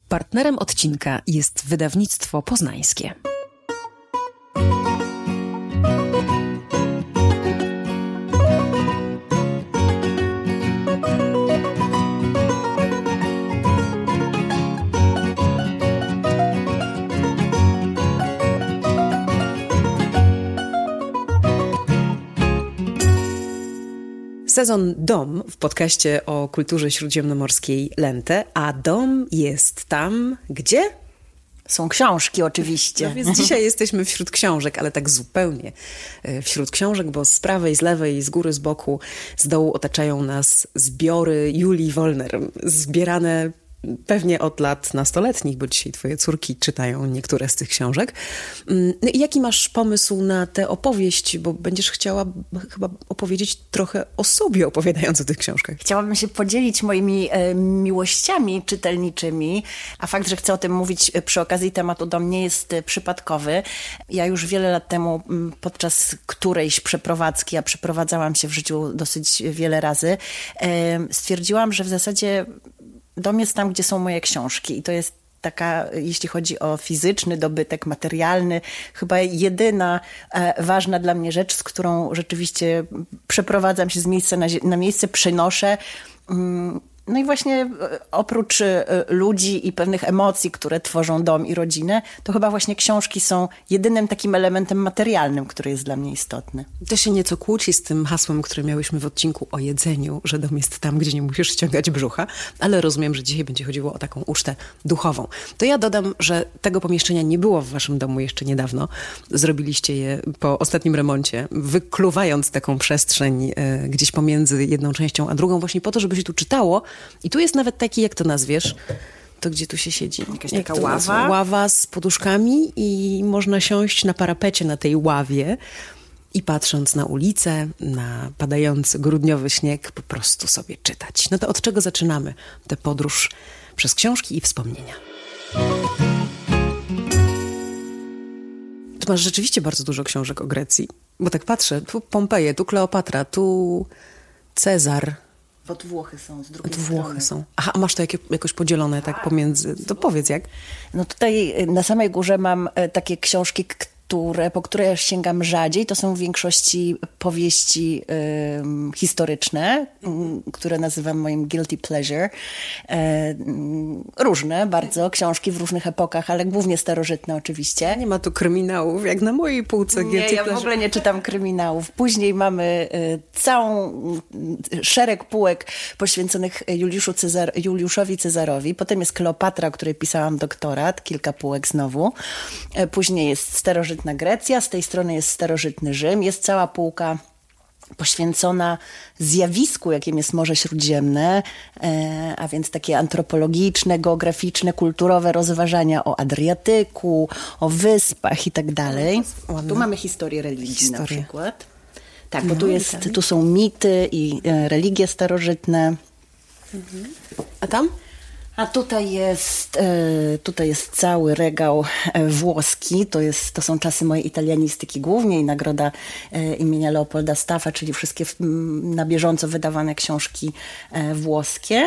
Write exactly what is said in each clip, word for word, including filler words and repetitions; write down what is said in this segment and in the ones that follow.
Partnerem odcinka jest wydawnictwo poznańskie. Sezon Dom w podcaście o kulturze śródziemnomorskiej Lente, a dom jest tam, gdzie? Są książki oczywiście. No więc dzisiaj jesteśmy wśród książek, ale tak zupełnie wśród książek, bo z prawej, z lewej, z góry, z boku, z dołu otaczają nas zbiory Julii Wollner, zbierane pewnie od lat nastoletnich, bo dzisiaj twoje córki czytają niektóre z tych książek. No i jaki masz pomysł na tę opowieść, bo będziesz chciała chyba opowiedzieć trochę o sobie, opowiadając o tych książkach. Chciałabym się podzielić moimi e, miłościami czytelniczymi, a fakt, że chcę o tym mówić przy okazji tematu dom nie jest przypadkowy. Ja już wiele lat temu podczas którejś przeprowadzki, a przeprowadzałam się w życiu dosyć wiele razy, e, stwierdziłam, że w zasadzie dom jest tam, gdzie są moje książki i to jest taka, jeśli chodzi o fizyczny dobytek, materialny, chyba jedyna e, ważna dla mnie rzecz, z którą rzeczywiście przeprowadzam się z miejsca na, na miejsce, przynoszę. Mm, No i właśnie oprócz ludzi i pewnych emocji, które tworzą dom i rodzinę, to chyba właśnie książki są jedynym takim elementem materialnym, który jest dla mnie istotny. To się nieco kłóci z tym hasłem, które miałyśmy w odcinku o jedzeniu, że dom jest tam, gdzie nie musisz ściągać brzucha, ale rozumiem, że dzisiaj będzie chodziło o taką ucztę duchową. To ja dodam, że tego pomieszczenia nie było w waszym domu jeszcze niedawno. Zrobiliście je po ostatnim remoncie, wykluwając taką przestrzeń e, gdzieś pomiędzy jedną częścią a drugą, właśnie po to, żeby się tu czytało. I tu jest nawet taki, jak to nazwiesz, to gdzie tu się siedzi? Jakaś jak taka ława? Ława z poduszkami i można siąść na parapecie na tej ławie i patrząc na ulicę, na padający grudniowy śnieg, po prostu sobie czytać. No to od czego zaczynamy tę podróż przez książki i wspomnienia? Tu masz rzeczywiście bardzo dużo książek o Grecji, bo tak patrzę, tu Pompeje, tu Kleopatra, tu Cezar. Od Włochy są z drugiej Od Włochy strony. są. Aha, a masz to jakie, jakoś podzielone tak pomiędzy... To powiedz jak? No tutaj na samej górze mam takie książki, które, po które sięgam rzadziej. To są w większości powieści y, historyczne, y, które nazywam moim guilty pleasure. Y, y, różne bardzo, książki w różnych epokach, ale głównie starożytne oczywiście. Nie ma tu kryminałów, jak na mojej półce guilty Nie, ja pleasure. w ogóle nie czytam kryminałów. Później mamy y, całą y, szereg półek poświęconych Juliuszu Cezar, Juliuszowi Cezarowi. Potem jest Kleopatra, o której pisałam doktorat, kilka półek znowu. Y, później jest starożytna Grecja, z tej strony jest starożytny Rzym, jest cała półka poświęcona zjawisku, jakim jest Morze Śródziemne, e, a więc takie antropologiczne, geograficzne, kulturowe rozważania o Adriatyku, o wyspach i tak dalej. Tu mamy historię religii Historię. na przykład. Tak, bo no, tu, jest, tu są mity i e, religie starożytne. Mhm. A tam? A tutaj jest, tutaj jest cały regał włoski, to, jest, to są czasy mojej italianistyki głównie i nagroda imienia Leopolda Staffa, czyli wszystkie na bieżąco wydawane książki włoskie.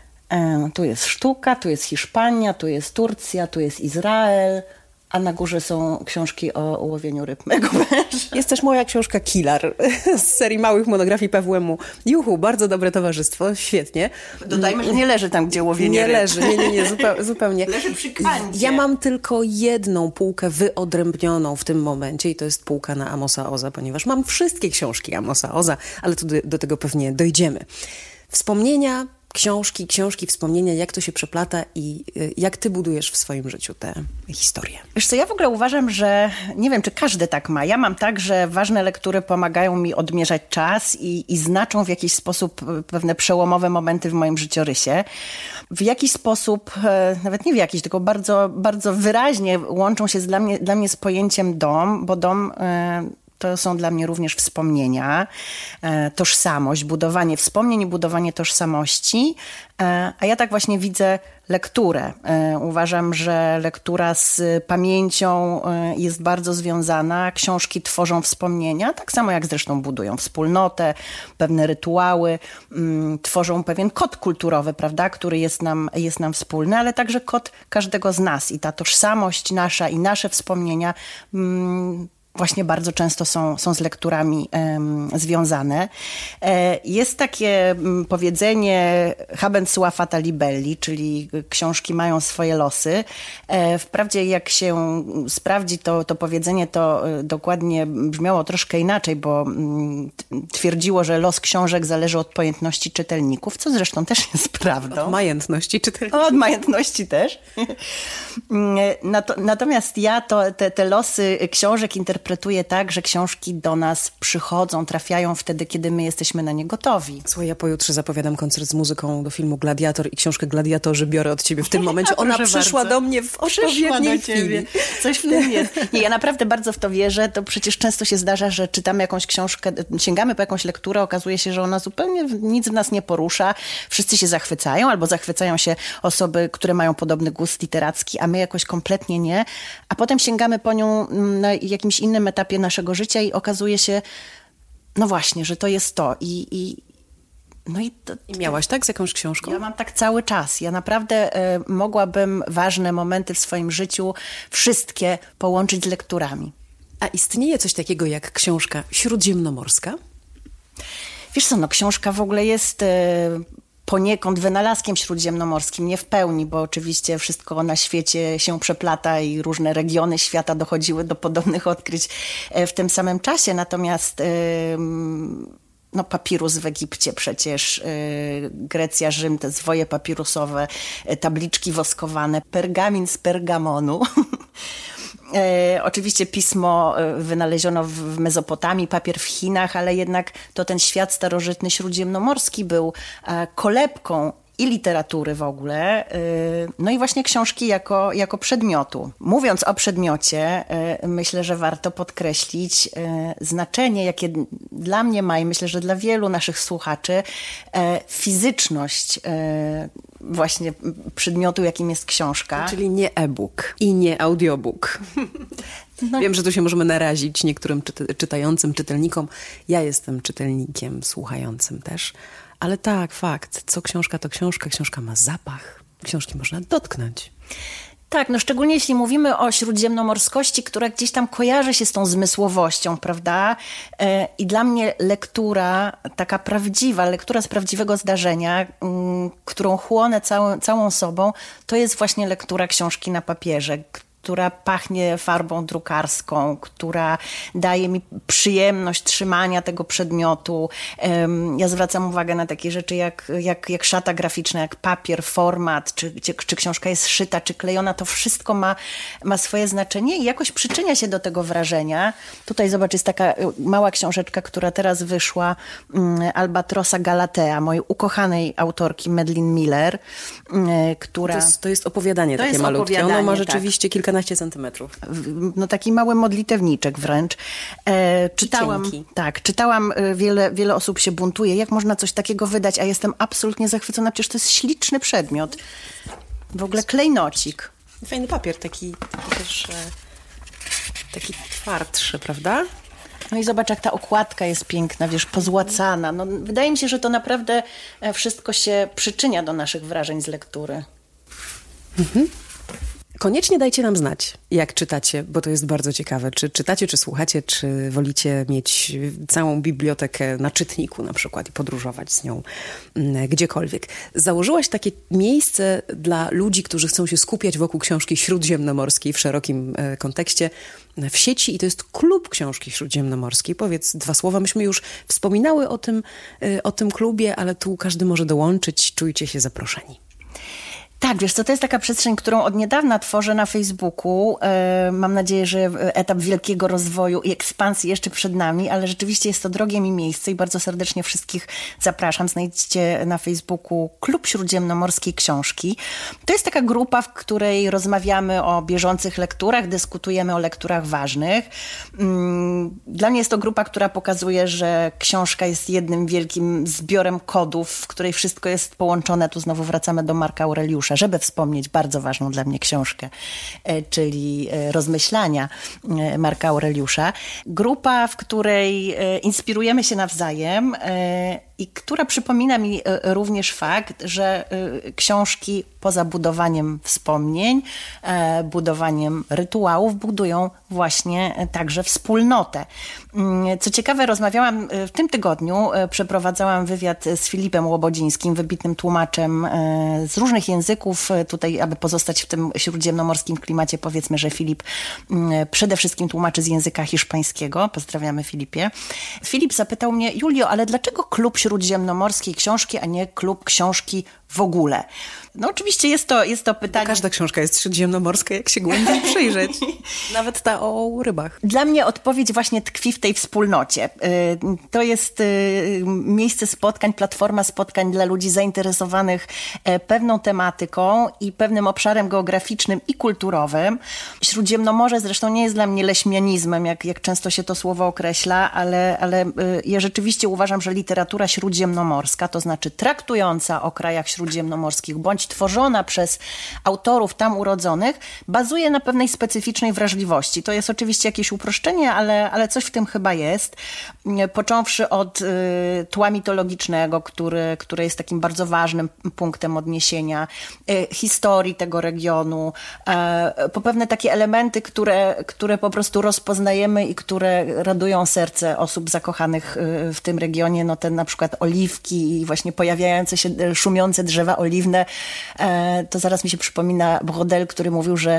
Tu jest sztuka, tu jest Hiszpania, tu jest Turcja, tu jest Izrael, a na górze są książki o łowieniu ryb mego męża. Jest też moja książka Kilar z serii małych monografii P W M-u. Juhu, bardzo dobre towarzystwo, świetnie. Dodajmy, że nie leży tam, gdzie łowienie Nie ryb. leży, nie, nie, nie, zupeł, zupełnie. Leży przy kancie. Ja mam tylko jedną półkę wyodrębnioną w tym momencie i to jest półka na Amosa Oza, ponieważ mam wszystkie książki Amosa Oza, ale tu do, do tego pewnie dojdziemy. Wspomnienia, książki, książki, wspomnienia, jak to się przeplata i jak ty budujesz w swoim życiu tę historię. Wiesz co, ja w ogóle uważam, że nie wiem, czy każdy tak ma. Ja mam tak, że ważne lektury pomagają mi odmierzać czas i, i znaczą w jakiś sposób pewne przełomowe momenty w moim życiorysie. W jakiś sposób, nawet nie w jakiś, tylko bardzo, bardzo wyraźnie łączą się z, dla, mnie, dla mnie z pojęciem dom, bo dom... To są dla mnie również wspomnienia, e, tożsamość, budowanie wspomnień i budowanie tożsamości. E, a ja tak właśnie widzę lekturę. Uważam, że lektura z pamięcią jest bardzo związana. Książki tworzą wspomnienia, tak samo jak zresztą budują wspólnotę, pewne rytuały, tworzą pewien kod kulturowy, prawda, który jest nam, jest nam wspólny, ale także kod każdego z nas i ta tożsamość nasza i nasze wspomnienia właśnie bardzo często są, są z lekturami um, związane. E, jest takie um, powiedzenie habent sua fata libelli, czyli książki mają swoje losy. E, wprawdzie jak się sprawdzi to, to powiedzenie, to e, dokładnie brzmiało troszkę inaczej, bo m, twierdziło, że los książek zależy od pojętności czytelników, co zresztą też jest prawdą. Od majętności czytelników. Od majętności też. Natomiast ja to, te, te losy książek interpretuję tak, że książki do nas przychodzą, trafiają wtedy, kiedy my jesteśmy na nie gotowi. Słuchaj, ja pojutrze zapowiadam koncert z muzyką do filmu Gladiator i książkę Gladiatorzy biorę od ciebie w tym momencie. Ona przyszła bardzo. do mnie w odpowiedniej chwili. Coś w tym jest. Nie, ja naprawdę bardzo w to wierzę. To przecież często się zdarza, że czytamy jakąś książkę, sięgamy po jakąś lekturę, okazuje się, że ona zupełnie nic w nas nie porusza. Wszyscy się zachwycają albo zachwycają się osoby, które mają podobny gust literacki, a my jakoś kompletnie nie. A potem sięgamy po nią na jakimś innym etapie naszego życia i okazuje się, no właśnie, że to jest to. I, i, no i, to, I miałaś tak z jakąś książką? Ja mam tak cały czas. Ja naprawdę y, mogłabym ważne momenty w swoim życiu wszystkie połączyć z lekturami. A istnieje coś takiego jak książka śródziemnomorska? Wiesz co, no książka w ogóle jest... Y, poniekąd wynalazkiem śródziemnomorskim, nie w pełni, bo oczywiście wszystko na świecie się przeplata i różne regiony świata dochodziły do podobnych odkryć w tym samym czasie. Natomiast no, papirus w Egipcie przecież, Grecja, Rzym, te zwoje papirusowe, tabliczki woskowane, pergamin z Pergamonu. E, oczywiście pismo wynaleziono w Mezopotamii, papier w Chinach, ale jednak to ten świat starożytny śródziemnomorski był e, kolebką i literatury w ogóle, e, no i właśnie książki jako, jako przedmiotu. Mówiąc o przedmiocie, e, myślę, że warto podkreślić e, znaczenie, jakie dla mnie ma i myślę, że dla wielu naszych słuchaczy e, fizyczność e, właśnie przedmiotu, jakim jest książka. Czyli nie e-book i nie audiobook. No. Wiem, że tu się możemy narazić niektórym czyta- czytającym, czytelnikom. Ja jestem czytelnikiem, słuchającym też. Ale tak, fakt. Co książka, to książka. Książka ma zapach. Książki można dotknąć. Tak, no szczególnie jeśli mówimy o śródziemnomorskości, która gdzieś tam kojarzy się z tą zmysłowością, prawda? I dla mnie lektura, taka prawdziwa, lektura z prawdziwego zdarzenia, którą chłonę całą, całą sobą, to jest właśnie lektura książki na papierze, która pachnie farbą drukarską, która daje mi przyjemność trzymania tego przedmiotu. Ja zwracam uwagę na takie rzeczy jak, jak, jak szata graficzna, jak papier, format, czy, czy, czy książka jest szyta, czy klejona. To wszystko ma, ma swoje znaczenie i jakoś przyczynia się do tego wrażenia. Tutaj zobacz, jest taka mała książeczka, która teraz wyszła, Albatrosa Galatea, mojej ukochanej autorki Madeline Miller, która... To jest, to jest opowiadanie to takie jest malutkie. Opowiadanie, ono ma rzeczywiście tak. kilka centymetrów. No taki mały modlitewniczek wręcz. E, czytałam, tak, czytałam, wiele, wiele osób się buntuje. Jak można coś takiego wydać? A jestem absolutnie zachwycona. Przecież to jest śliczny przedmiot. W ogóle klejnocik. Fajny papier, taki, taki też taki twardszy, prawda? No i zobacz, jak ta okładka jest piękna, wiesz, pozłacana. No, wydaje mi się, że to naprawdę wszystko się przyczynia do naszych wrażeń z lektury. Mhm. Koniecznie dajcie nam znać, jak czytacie, bo to jest bardzo ciekawe. Czy czytacie, czy słuchacie, czy wolicie mieć całą bibliotekę na czytniku na przykład i podróżować z nią gdziekolwiek. Założyłaś takie miejsce dla ludzi, którzy chcą się skupiać wokół książki śródziemnomorskiej w szerokim kontekście w sieci i to jest Klub Książki Śródziemnomorskiej. Powiedz dwa słowa. Myśmy już wspominały o tym, o tym klubie, ale tu każdy może dołączyć. Czujcie się zaproszeni. Tak, wiesz co, to jest taka przestrzeń, którą od niedawna tworzę na Facebooku. E, mam nadzieję, że etap wielkiego rozwoju i ekspansji jeszcze przed nami, ale rzeczywiście jest to drogie mi miejsce i bardzo serdecznie wszystkich zapraszam. Znajdziecie na Facebooku Klub Śródziemnomorskiej Książki. To jest taka grupa, w której rozmawiamy o bieżących lekturach, dyskutujemy o lekturach ważnych. Dla mnie jest to grupa, która pokazuje, że książka jest jednym wielkim zbiorem kodów, w której wszystko jest połączone. Tu znowu wracamy do Marka Aureliusza. Aureliusza, żeby wspomnieć bardzo ważną dla mnie książkę, czyli Rozmyślania Marka Aureliusza. Grupa, w której inspirujemy się nawzajem i która przypomina mi również fakt, że książki poza budowaniem wspomnień, budowaniem rytuałów budują właśnie także wspólnotę. Co ciekawe, rozmawiałam w tym tygodniu, przeprowadzałam wywiad z Filipem Łobodzińskim, wybitnym tłumaczem z różnych języków. Tutaj, aby pozostać w tym śródziemnomorskim klimacie, powiedzmy, że Filip przede wszystkim tłumaczy z języka hiszpańskiego. Pozdrawiamy, Filipie. Filip zapytał mnie: Julio, ale dlaczego klub śródziemnomorskiej książki, a nie klub książki w ogóle? No oczywiście jest to, jest to pytanie... Bo każda książka jest śródziemnomorska, jak się głębiej przyjrzeć. Nawet ta o rybach. Dla mnie odpowiedź właśnie tkwi w tej wspólnocie. To jest miejsce spotkań, platforma spotkań dla ludzi zainteresowanych pewną tematyką i pewnym obszarem geograficznym i kulturowym. Śródziemnomorze zresztą nie jest dla mnie leśmianizmem, jak, jak często się to słowo określa, ale, ale ja rzeczywiście uważam, że literatura śródziemnomorska, to znaczy traktująca o krajach śródziemnomorskich, bądź tworzona przez autorów tam urodzonych, bazuje na pewnej specyficznej wrażliwości. To jest oczywiście jakieś uproszczenie, ale, ale coś w tym chyba jest. Począwszy od y, tła mitologicznego, który, który jest takim bardzo ważnym punktem odniesienia, y, historii tego regionu, y, po pewne takie elementy, które, które po prostu rozpoznajemy i które radują serce osób zakochanych y, w tym regionie. No ten na przykład oliwki i właśnie pojawiające się szumiące drzewa oliwne. To zaraz mi się przypomina Brodel, który mówił, że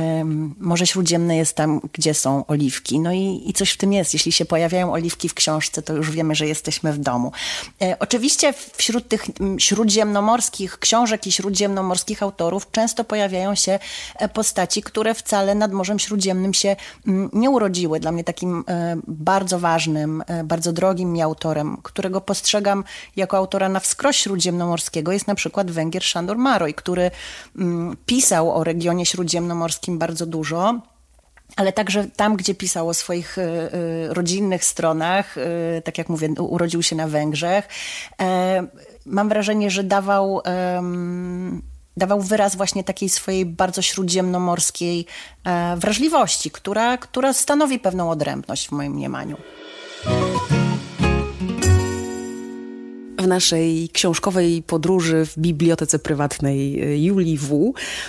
Morze Śródziemne jest tam, gdzie są oliwki. No i, i coś w tym jest. Jeśli się pojawiają oliwki w książce, to już wiemy, że jesteśmy w domu. Oczywiście wśród tych śródziemnomorskich książek i śródziemnomorskich autorów często pojawiają się postaci, które wcale nad Morzem Śródziemnym się nie urodziły. Dla mnie takim bardzo ważnym, bardzo drogim mi autorem, którego postrzegam jako autora na wskroś śródziemnomorskiego, jest na przykład Węgier Sándor Mároly, który mm, pisał o regionie śródziemnomorskim bardzo dużo, ale także tam, gdzie pisał o swoich y, y, rodzinnych stronach, y, tak jak mówię, urodził się na Węgrzech. E, mam wrażenie, że dawał, um, dawał wyraz właśnie takiej swojej bardzo śródziemnomorskiej e, wrażliwości, która, która stanowi pewną odrębność w moim mniemaniu. W naszej książkowej podróży w bibliotece prywatnej Julii W.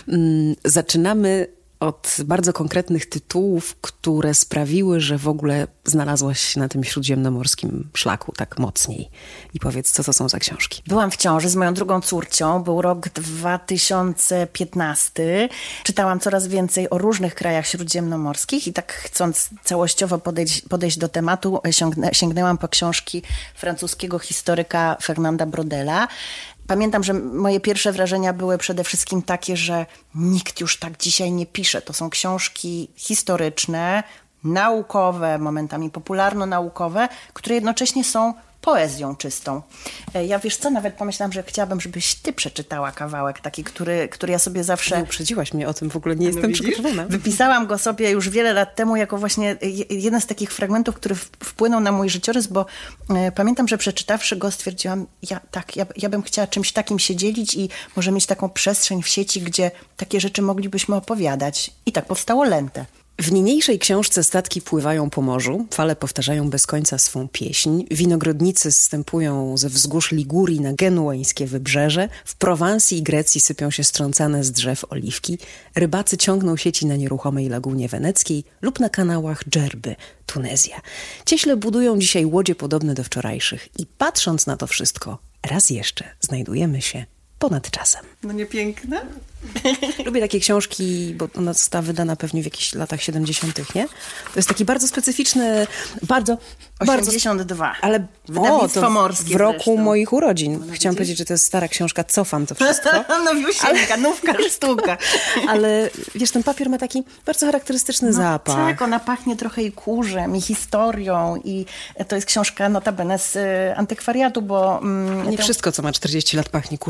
zaczynamy od bardzo konkretnych tytułów, które sprawiły, że w ogóle znalazłaś się na tym śródziemnomorskim szlaku tak mocniej. I powiedz, co to są za książki? Byłam w ciąży z moją drugą córcią. Był rok dwa tysiące piętnasty. Czytałam coraz więcej o różnych krajach śródziemnomorskich i tak chcąc całościowo podejść, podejść do tematu, sięgnę, sięgnęłam po książki francuskiego historyka Fernanda Brodela. Pamiętam, że moje pierwsze wrażenia były przede wszystkim takie, że nikt już tak dzisiaj nie pisze. To są książki historyczne, naukowe, momentami popularno-naukowe, które jednocześnie są poezją czystą. Ja wiesz co, nawet pomyślałam, że chciałabym, żebyś ty przeczytała kawałek taki, który, który ja sobie zawsze... Nie uprzedziłaś mnie o tym, w ogóle nie jestem no przygotowana. Wypisałam go sobie już wiele lat temu jako właśnie jeden z takich fragmentów, który wpłynął na mój życiorys, bo e, pamiętam, że przeczytawszy go stwierdziłam, ja tak, ja, ja bym chciała czymś takim się dzielić i może mieć taką przestrzeń w sieci, gdzie takie rzeczy moglibyśmy opowiadać. I tak powstało Lente. W niniejszej książce statki pływają po morzu, fale powtarzają bez końca swą pieśń, winogrodnicy zstępują ze wzgórz Ligurii na genueńskie wybrzeże, w Prowansji i Grecji sypią się strącane z drzew oliwki, rybacy ciągną sieci na nieruchomej lagunie weneckiej lub na kanałach Dżerby, Tunezja. Cieśle budują dzisiaj łodzie podobne do wczorajszych i patrząc na to wszystko, raz jeszcze znajdujemy się ponad czasem. No nie piękne? Lubię takie książki, bo ona została wydana pewnie w jakichś latach siedemdziesiątych, nie? To jest taki bardzo specyficzny, bardzo... osiemdziesiąt dwa. Bardzo, ale wydawnictwo o, to morskie w roku zresztą. moich urodzin. No, Chciałam widzisz? powiedzieć, że to jest stara książka, cofam to wszystko. Nowiusieńka, nówka, sztuka. Ale wiesz, ten papier ma taki bardzo charakterystyczny no, zapach. Tak, ona pachnie trochę i kurzem, i historią. I to jest książka notabene z antykwariatu, bo... Mm, nie to... wszystko, co ma czterdzieści lat, pachnie kurzem i historią.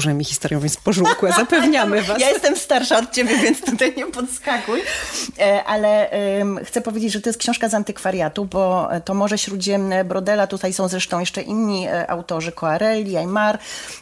historią jest pożółkłe, zapewniamy was. Ja jestem starsza od ciebie, więc tutaj nie podskakuj. Ale um, chcę powiedzieć, że to jest książka z antykwariatu, bo to Morze Śródziemne Brodela, tutaj są zresztą jeszcze inni autorzy, Coarelli, Aymar.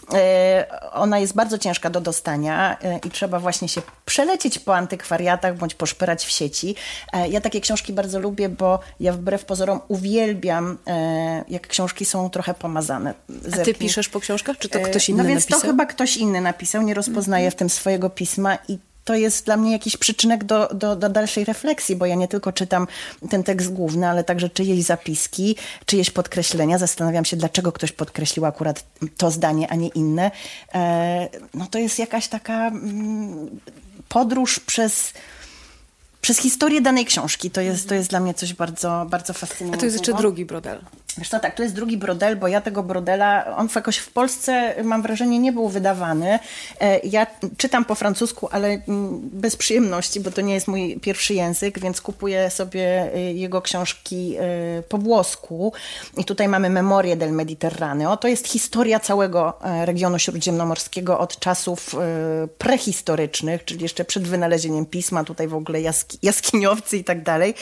Ona jest bardzo ciężka do dostania i trzeba właśnie się przelecieć po antykwariatach bądź poszperać w sieci. Ja takie książki bardzo lubię, bo ja wbrew pozorom uwielbiam, jak książki są trochę pomazane. A ty piszesz po książkach? Czy to ktoś inny No więc napisał? to chyba ktoś inny napisał, nie rozpoznaję w tym swojego pisma i to jest dla mnie jakiś przyczynek do, do, do dalszej refleksji, bo ja nie tylko czytam ten tekst główny, ale także czyjeś zapiski, czyjeś podkreślenia. Zastanawiam się, dlaczego ktoś podkreślił akurat to zdanie, a nie inne. E, no to jest jakaś taka mm, podróż przez... Przez historię danej książki. To jest, to jest dla mnie coś bardzo, bardzo fascynującego. A to jest jeszcze drugi Brodel. Wiesz co, tak, to jest drugi Brodel, bo ja tego Brodela, on jakoś w Polsce, mam wrażenie, nie był wydawany. Ja czytam po francusku, ale bez przyjemności, bo to nie jest mój pierwszy język, więc kupuję sobie jego książki po włosku. I tutaj mamy Memorie del Mediterraneo. To jest historia całego regionu śródziemnomorskiego od czasów prehistorycznych, czyli jeszcze przed wynalezieniem pisma, tutaj w ogóle jaski, jaskiniowcy i tak dalej.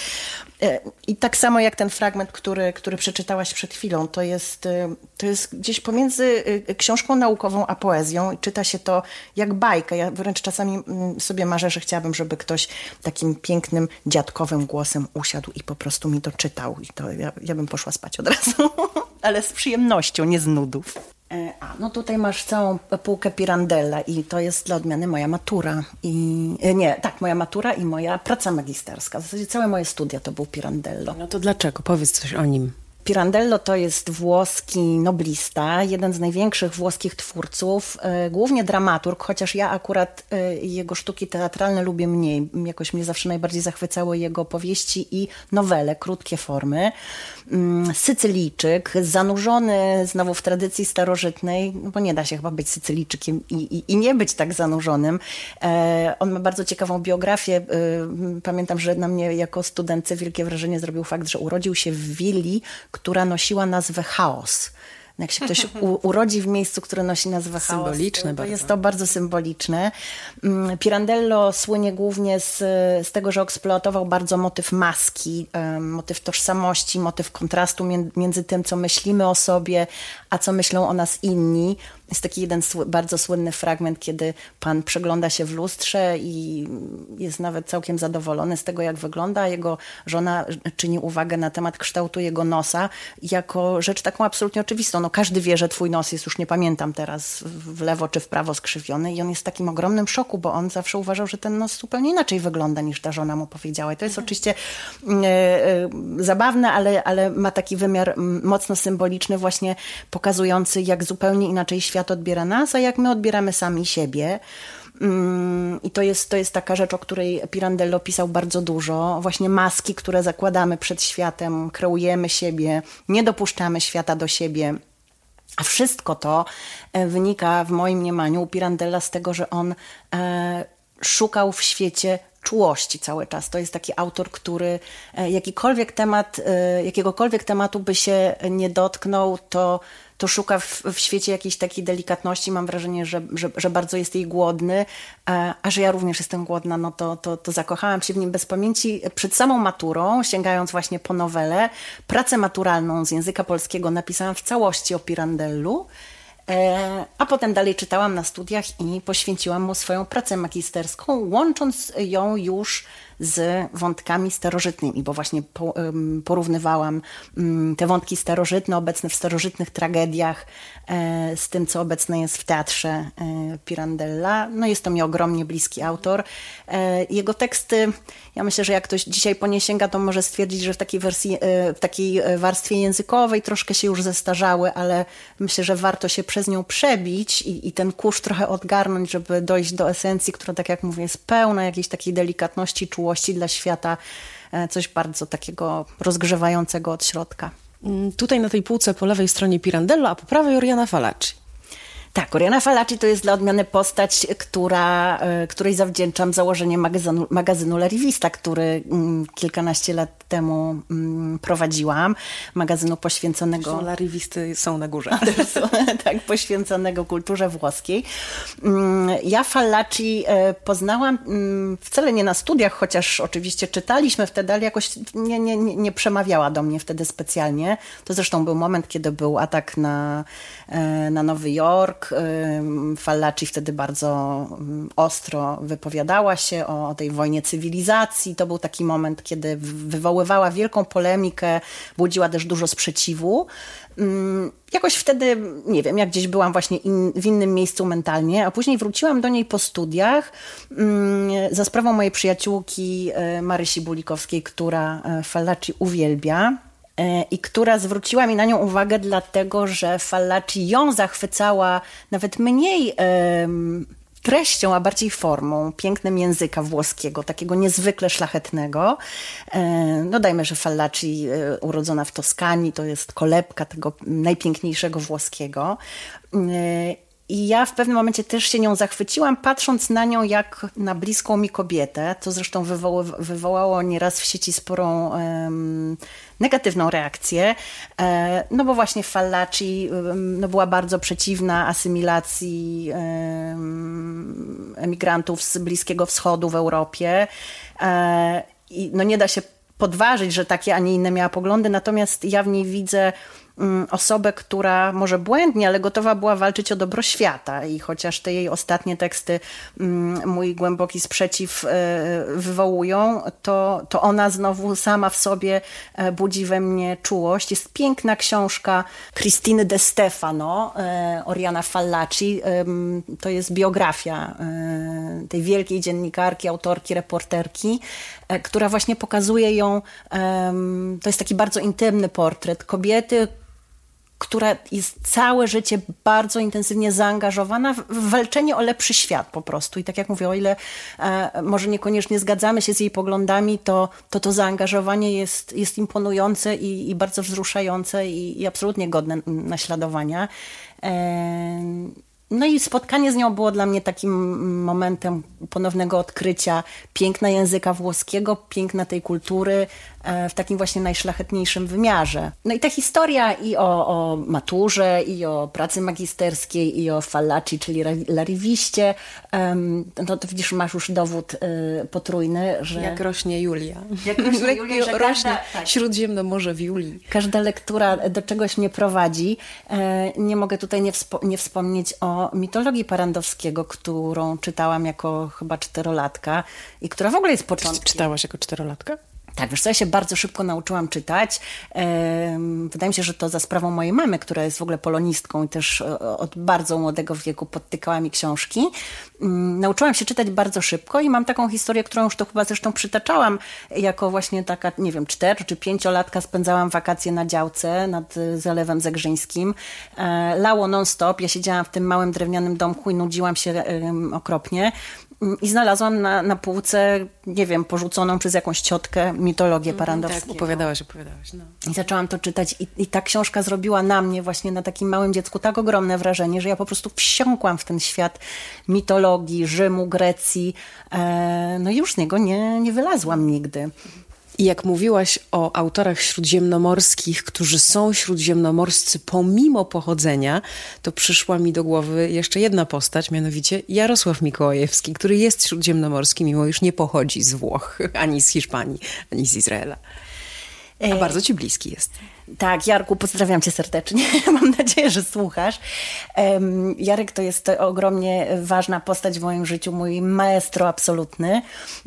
I tak samo jak ten fragment, który, który przeczytałaś przed chwilą, to jest, to jest gdzieś pomiędzy książką naukową a poezją i czyta się to jak bajkę. Ja wręcz czasami sobie marzę, że chciałabym, żeby ktoś takim pięknym, dziadkowym głosem usiadł i po prostu mi to czytał. I to ja, ja bym poszła spać od razu, ale z przyjemnością, nie z nudów. A, no tutaj masz całą półkę Pirandella i to jest dla odmiany moja matura. I, nie, tak, moja matura i moja praca magisterska. W zasadzie całe moje studia to był Pirandello. No to dlaczego? Powiedz coś o nim. Pirandello to jest włoski noblista, jeden z największych włoskich twórców, e, głównie dramaturg, chociaż ja akurat e, jego sztuki teatralne lubię mniej. Jakoś mnie zawsze najbardziej zachwycały jego powieści i nowele, krótkie formy. Mm, Sycylijczyk, zanurzony znowu w tradycji starożytnej, no bo nie da się chyba być Sycylijczykiem i, i, i nie być tak zanurzonym. E, on ma bardzo ciekawą biografię. E, pamiętam, że na mnie jako studentce wielkie wrażenie zrobił fakt, że urodził się w willi, która nosiła nazwę Chaos. Jak się ktoś u, urodzi w miejscu, które nosi nazwę Chaos, symboliczne to, to bardzo. Jest to bardzo symboliczne. Pirandello słynie głównie z, z tego, że eksploatował bardzo motyw maski, motyw tożsamości, motyw kontrastu między tym, co myślimy o sobie, a co myślą o nas inni. Jest taki jeden sły, bardzo słynny fragment, kiedy pan przegląda się w lustrze i jest nawet całkiem zadowolony z tego, jak wygląda. Jego żona czyni uwagę na temat kształtu jego nosa jako rzecz taką absolutnie oczywistą. No, każdy wie, że twój nos jest, już nie pamiętam teraz, w lewo czy w prawo skrzywiony i on jest w takim ogromnym szoku, bo on zawsze uważał, że ten nos zupełnie inaczej wygląda, niż ta żona mu powiedziała. I to jest mhm. oczywiście e, e, zabawne, ale, ale ma taki wymiar mocno symboliczny, właśnie pokazujący, jak zupełnie inaczej świat odbiera nas, a jak my odbieramy sami siebie. I to jest, to jest taka rzecz, o której Pirandello pisał bardzo dużo. Właśnie maski, które zakładamy przed światem, kreujemy siebie, nie dopuszczamy świata do siebie. A wszystko to wynika w moim mniemaniu u Pirandella z tego, że on e, szukał w świecie czułości cały czas. To jest taki autor, który jakikolwiek temat, jakiegokolwiek tematu by się nie dotknął, to to szuka w, w świecie jakiejś takiej delikatności. Mam wrażenie, że, że, że bardzo jest jej głodny, a, a że ja również jestem głodna, no to, to, to zakochałam się w nim bez pamięci. Przed samą maturą, sięgając właśnie po nowelę, pracę maturalną z języka polskiego napisałam w całości o Pirandellu, e, a potem dalej czytałam na studiach i poświęciłam mu swoją pracę magisterską, łącząc ją już z wątkami starożytnymi, bo właśnie po, um, porównywałam um, te wątki starożytne, obecne w starożytnych tragediach e, z tym, co obecne jest w teatrze e, Pirandella. No jest to mi ogromnie bliski autor. E, jego teksty, ja myślę, że jak ktoś dzisiaj po nie sięga, to może stwierdzić, że w takiej wersji, e, w takiej warstwie językowej troszkę się już zestarzały, ale myślę, że warto się przez nią przebić i, i ten kurz trochę odgarnąć, żeby dojść do esencji, która, tak jak mówię, jest pełna jakiejś takiej delikatności, czułości dla świata, coś bardzo takiego rozgrzewającego od środka. Tutaj na tej półce po lewej stronie Pirandello, a po prawej Oriana Fallaci. Tak, Oriana Fallaci to jest dla odmiany postać, która, której zawdzięczam założenie magazynu, magazynu La Rivista, który kilkanaście lat temu prowadziłam. Magazynu poświęconego... Zresztą La Rivisty są na górze. Tak, poświęconego kulturze włoskiej. Ja Fallaci poznałam wcale nie na studiach, chociaż oczywiście czytaliśmy wtedy, ale jakoś nie, nie, nie przemawiała do mnie wtedy specjalnie. To zresztą był moment, kiedy był atak na, na Nowy Jork. Fallaci wtedy bardzo ostro wypowiadała się o, o tej wojnie cywilizacji. To był taki moment, kiedy wywoływała wielką polemikę, budziła też dużo sprzeciwu. Jakoś wtedy, nie wiem, jak gdzieś byłam właśnie in, w innym miejscu mentalnie, a później wróciłam do niej po studiach za sprawą mojej przyjaciółki Marysi Bulikowskiej, która Fallaci uwielbia. I która zwróciła mi na nią uwagę dlatego, że Fallaci ją zachwycała nawet mniej um, treścią, a bardziej formą, pięknem języka włoskiego, takiego niezwykle szlachetnego. No dajmy, że Fallaci urodzona w Toskanii, to jest kolebka tego najpiękniejszego włoskiego. I ja w pewnym momencie też się nią zachwyciłam, patrząc na nią jak na bliską mi kobietę, co zresztą wywoła, wywołało nieraz w sieci sporą um, negatywną reakcję, e, no bo właśnie Fallaci um, no była bardzo przeciwna asymilacji um, emigrantów z Bliskiego Wschodu w Europie. E, i no nie da się podważyć, że takie, a nie inne miała poglądy, natomiast ja w niej widzę osobę, która może błędnie, ale gotowa była walczyć o dobro świata i chociaż te jej ostatnie teksty mój głęboki sprzeciw wywołują, to, to ona znowu sama w sobie budzi we mnie czułość. Jest piękna książka Cristina De Stefano, Oriana Fallaci. To jest biografia tej wielkiej dziennikarki, autorki, reporterki, która właśnie pokazuje ją, to jest taki bardzo intymny portret kobiety, która jest całe życie bardzo intensywnie zaangażowana w walczenie o lepszy świat po prostu. I tak jak mówię, o ile e, może niekoniecznie zgadzamy się z jej poglądami, to to, to zaangażowanie jest, jest imponujące i, i bardzo wzruszające i, i absolutnie godne naśladowania. E, No i spotkanie z nią było dla mnie takim momentem ponownego odkrycia piękna języka włoskiego, piękna tej kultury w takim właśnie najszlachetniejszym wymiarze. No i ta historia i o, o maturze, i o pracy magisterskiej, i o Fallaci, czyli La Riviście, no to widzisz, masz już dowód potrójny, że... Jak rośnie Julia. Jak rośnie Julia, że rośnie tak. Śródziemnomorze w Julii. Każda lektura do czegoś mnie prowadzi. Nie mogę tutaj nie, wspo- nie wspomnieć o mitologii Parandowskiego, którą czytałam jako chyba czterolatka i która w ogóle jest początkiem. Czytałaś jako czterolatka? Tak, wiesz co, ja się bardzo szybko nauczyłam czytać. Wydaje mi się, że to za sprawą mojej mamy, która jest w ogóle polonistką i też od bardzo młodego wieku podtykała mi książki. Nauczyłam się czytać bardzo szybko i mam taką historię, którą już to chyba zresztą przytaczałam, jako właśnie taka, nie wiem, cztero czy pięciolatka spędzałam wakacje na działce nad Zalewem Zegrzyńskim. Lało non-stop, ja siedziałam w tym małym drewnianym domku i nudziłam się okropnie. I znalazłam na, na półce, nie wiem, porzuconą przez jakąś ciotkę mitologię Parandowskiego. Tak, opowiadałaś, opowiadałaś. No. I zaczęłam to czytać i, i ta książka zrobiła na mnie właśnie, na takim małym dziecku, tak ogromne wrażenie, że ja po prostu wsiąkłam w ten świat mitologii, Rzymu, Grecji. E, no i już z niego nie, nie wylazłam nigdy. I jak mówiłaś o autorach śródziemnomorskich, którzy są śródziemnomorscy pomimo pochodzenia, to przyszła mi do głowy jeszcze jedna postać, mianowicie Jarosław Mikołajewski, który jest śródziemnomorski, mimo iż nie pochodzi z Włoch, ani z Hiszpanii, ani z Izraela. A bardzo ci bliski jest. Tak, Jarku, pozdrawiam cię serdecznie. Mam nadzieję, że słuchasz. Jarek to jest ogromnie ważna postać w moim życiu, mój maestro absolutny.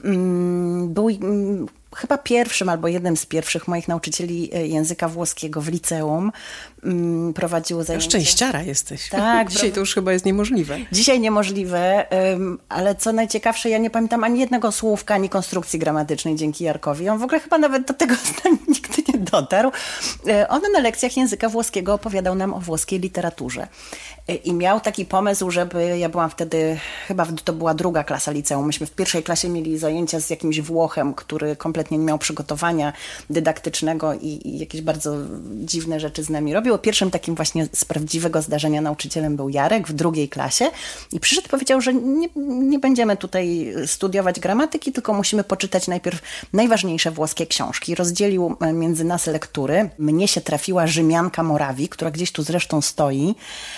Był chyba pierwszym albo jednym z pierwszych moich nauczycieli języka włoskiego w liceum. Prowadził zajęcia. Szczęściara jesteś. Tak. Dzisiaj to już chyba jest niemożliwe. Dzisiaj niemożliwe, ale co najciekawsze, ja nie pamiętam ani jednego słówka, ani konstrukcji gramatycznej dzięki Jarkowi. On w ogóle chyba nawet do tego nigdy nie dotarł, On na lekcjach języka włoskiego opowiadał nam o włoskiej literaturze. I miał taki pomysł, żeby, ja byłam wtedy, chyba to była druga klasa liceum, myśmy w pierwszej klasie mieli zajęcia z jakimś Włochem, który kompletnie nie miał przygotowania dydaktycznego i, i jakieś bardzo dziwne rzeczy z nami robił. Pierwszym takim właśnie z prawdziwego zdarzenia nauczycielem był Jarek w drugiej klasie i przyszedł i powiedział, że nie, nie będziemy tutaj studiować gramatyki, tylko musimy poczytać najpierw najważniejsze włoskie książki. Rozdzielił między nas lektury. Mnie się trafiła Rzymianka Morawii, która gdzieś tu zresztą stoi.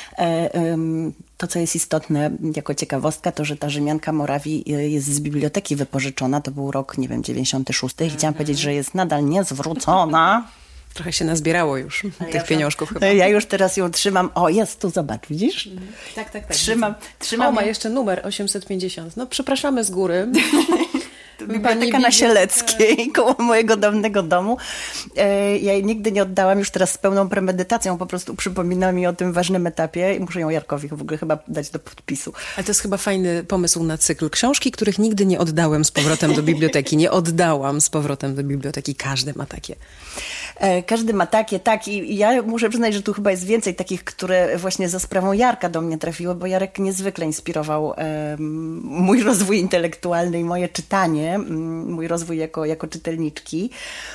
To, co jest istotne jako ciekawostka, to, że ta Rzymianka Morawii jest z biblioteki wypożyczona. To był rok, nie wiem, dziewięćdziesiąty szósty. I chciałam powiedzieć, że jest nadal niezwrócona. Trochę się nazbierało już tych ja pieniążków chyba. Ja już teraz ją trzymam. O, jest tu, zobacz, widzisz? Tak, tak, tak. Trzymam, trzymam. O, ma jeszcze numer osiemset pięćdziesiąt. No, przepraszamy z góry. Biblioteka na Sieleckiej, koło mojego dawnego domu. Ja jej nigdy nie oddałam, już teraz z pełną premedytacją, po prostu przypomina mi o tym ważnym etapie i muszę ją Jarkowi w ogóle chyba dać do podpisu. Ale to jest chyba fajny pomysł na cykl. Książki, których nigdy nie oddałem z powrotem do biblioteki. Nie oddałam z powrotem do biblioteki. Każdy ma takie. Każdy ma takie, tak. I ja muszę przyznać, że tu chyba jest więcej takich, które właśnie za sprawą Jarka do mnie trafiły, bo Jarek niezwykle inspirował um, mój rozwój intelektualny i moje czytanie, um, mój rozwój jako, jako czytelniczki.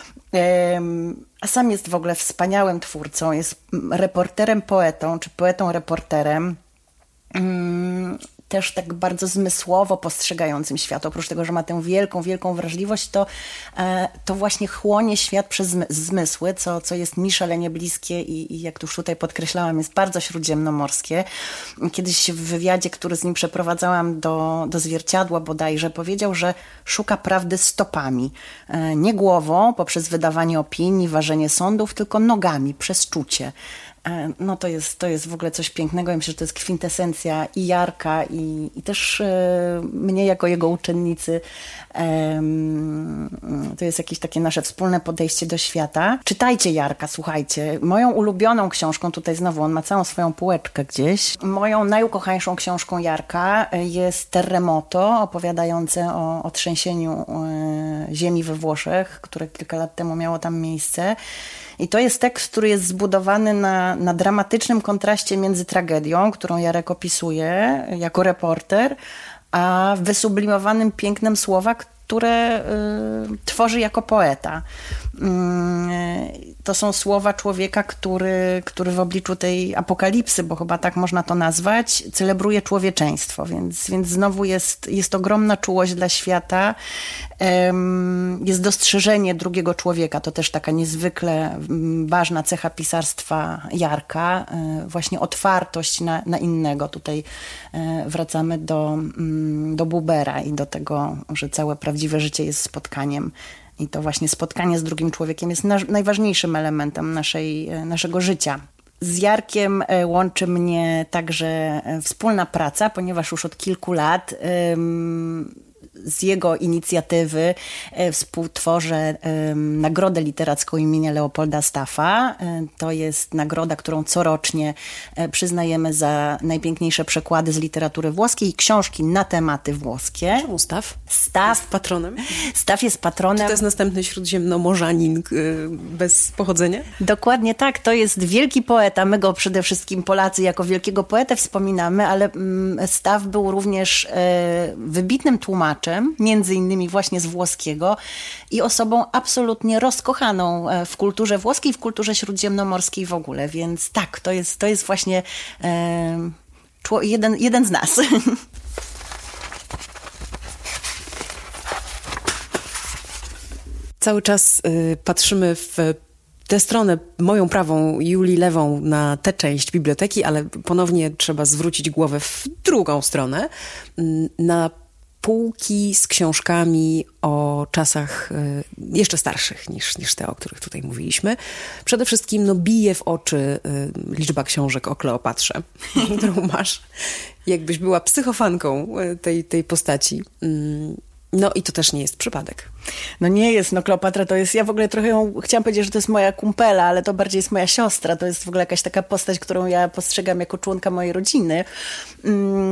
Um, a sam jest w ogóle wspaniałym twórcą, jest reporterem, poetą, czy poetą-reporterem. Um, też tak bardzo zmysłowo postrzegającym świat. Oprócz tego, że ma tę wielką, wielką wrażliwość, to, to właśnie chłonie świat przez zmysły, co, co jest mi szalenie bliskie i, i jak już tutaj podkreślałam, jest bardzo śródziemnomorskie. Kiedyś w wywiadzie, który z nim przeprowadzałam do, do Zwierciadła bodajże, powiedział, że szuka prawdy stopami. Nie głową, poprzez wydawanie opinii, ważenie sądów, tylko nogami, przez czucie. No to jest, to jest w ogóle coś pięknego. Ja myślę, że to jest kwintesencja i Jarka, i, i też e, mnie jako jego uczennicy. E, to jest jakieś takie nasze wspólne podejście do świata. Czytajcie Jarka, słuchajcie. Moją ulubioną książką, tutaj znowu on ma całą swoją półeczkę gdzieś. Moją najukochańszą książką Jarka jest Terremoto, opowiadające o, o trzęsieniu e, ziemi we Włoszech, które kilka lat temu miało tam miejsce. I to jest tekst, który jest zbudowany na, na dramatycznym kontraście między tragedią, którą Jarek opisuje jako reporter, a wysublimowanym pięknem słowa, które y, tworzy jako poeta. Y, to są słowa człowieka, który, który w obliczu tej apokalipsy, bo chyba tak można to nazwać, celebruje człowieczeństwo, więc, więc znowu jest, jest ogromna czułość dla świata, y, jest dostrzeżenie drugiego człowieka, to też taka niezwykle ważna cecha pisarstwa Jarka, y, właśnie otwartość na, na innego. Tutaj y, wracamy do, y, do Bubera i do tego, że całe prawdziwe życie jest spotkaniem. I to właśnie spotkanie z drugim człowiekiem jest na, najważniejszym elementem naszej, naszego życia. Z Jarkiem łączy mnie także wspólna praca, ponieważ już od kilku lat ym, z jego inicjatywy współtworzę Nagrodę Literacką imienia Leopolda Staffa. To jest nagroda, którą corocznie przyznajemy za najpiękniejsze przekłady z literatury włoskiej i książki na tematy włoskie. Czemu Staff? Staff jest patronem? Staff jest patronem. Czy to jest następny śródziemnomorzanin bez pochodzenia? Dokładnie tak. To jest wielki poeta. My go przede wszystkim Polacy jako wielkiego poetę wspominamy, ale Staff był również wybitnym tłumaczem, między innymi właśnie z włoskiego i osobą absolutnie rozkochaną w kulturze włoskiej, w kulturze śródziemnomorskiej w ogóle, więc tak, to jest, to jest właśnie e, jeden, jeden z nas. Cały czas y, patrzymy w tę stronę, moją prawą, Julii lewą, na tę część biblioteki, ale ponownie trzeba zwrócić głowę w drugą stronę, na półki z książkami o czasach y, jeszcze starszych niż, niż te, o których tutaj mówiliśmy. Przede wszystkim no, bije w oczy y, liczba książek o Kleopatrze, którą masz, jakbyś była psychofanką y, tej, tej postaci. Y, no i to też nie jest przypadek. No nie jest, no Kleopatra to jest, ja w ogóle trochę ją, chciałam powiedzieć, że to jest moja kumpela, ale to bardziej jest moja siostra, to jest w ogóle jakaś taka postać, którą ja postrzegam jako członka mojej rodziny.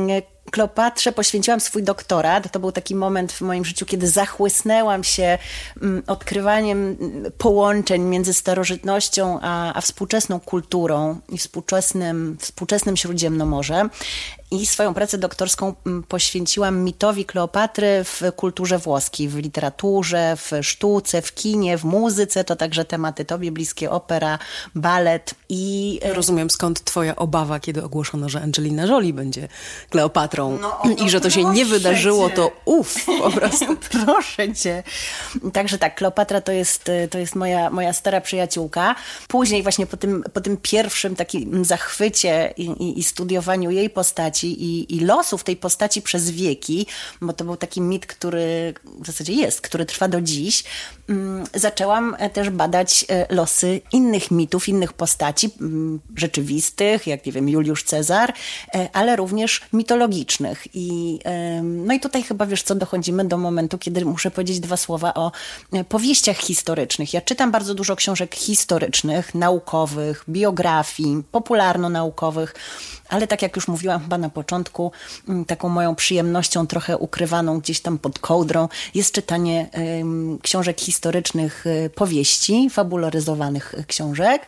Kleopatrze poświęciłam swój doktorat. To był taki moment w moim życiu, kiedy zachłysnęłam się mm, odkrywaniem połączeń między starożytnością a, a współczesną kulturą i współczesnym, współczesnym Śródziemnomorzem. I swoją pracę doktorską poświęciłam mitowi Kleopatry w kulturze włoskiej, w literaturze, w sztuce, w kinie, w muzyce. To także tematy tobie bliskie, opera, balet. I rozumiem, skąd twoja obawa, kiedy ogłoszono, że Angelina Jolie będzie Kleopatrą no, no, i że to się nie wydarzyło, cię. To uff, po prostu. Proszę cię. Także tak, Kleopatra to jest, to jest moja, moja stara przyjaciółka. Później właśnie po tym, po tym pierwszym takim zachwycie i, i, i studiowaniu jej postaci I, i losów tej postaci przez wieki, bo to był taki mit, który w zasadzie jest, który trwa do dziś, um, zaczęłam też badać losy innych mitów, innych postaci um, rzeczywistych, jak nie wiem, Juliusz Cezar, ale również mitologicznych. I, um, no i tutaj chyba, wiesz co, dochodzimy do momentu, kiedy muszę powiedzieć dwa słowa o powieściach historycznych. Ja czytam bardzo dużo książek historycznych, naukowych, biografii, popularno-naukowych, ale tak jak już mówiłam chyba na początku, taką moją przyjemnością trochę ukrywaną gdzieś tam pod kołdrą jest czytanie um, książek historycznych, powieści, fabularyzowanych książek.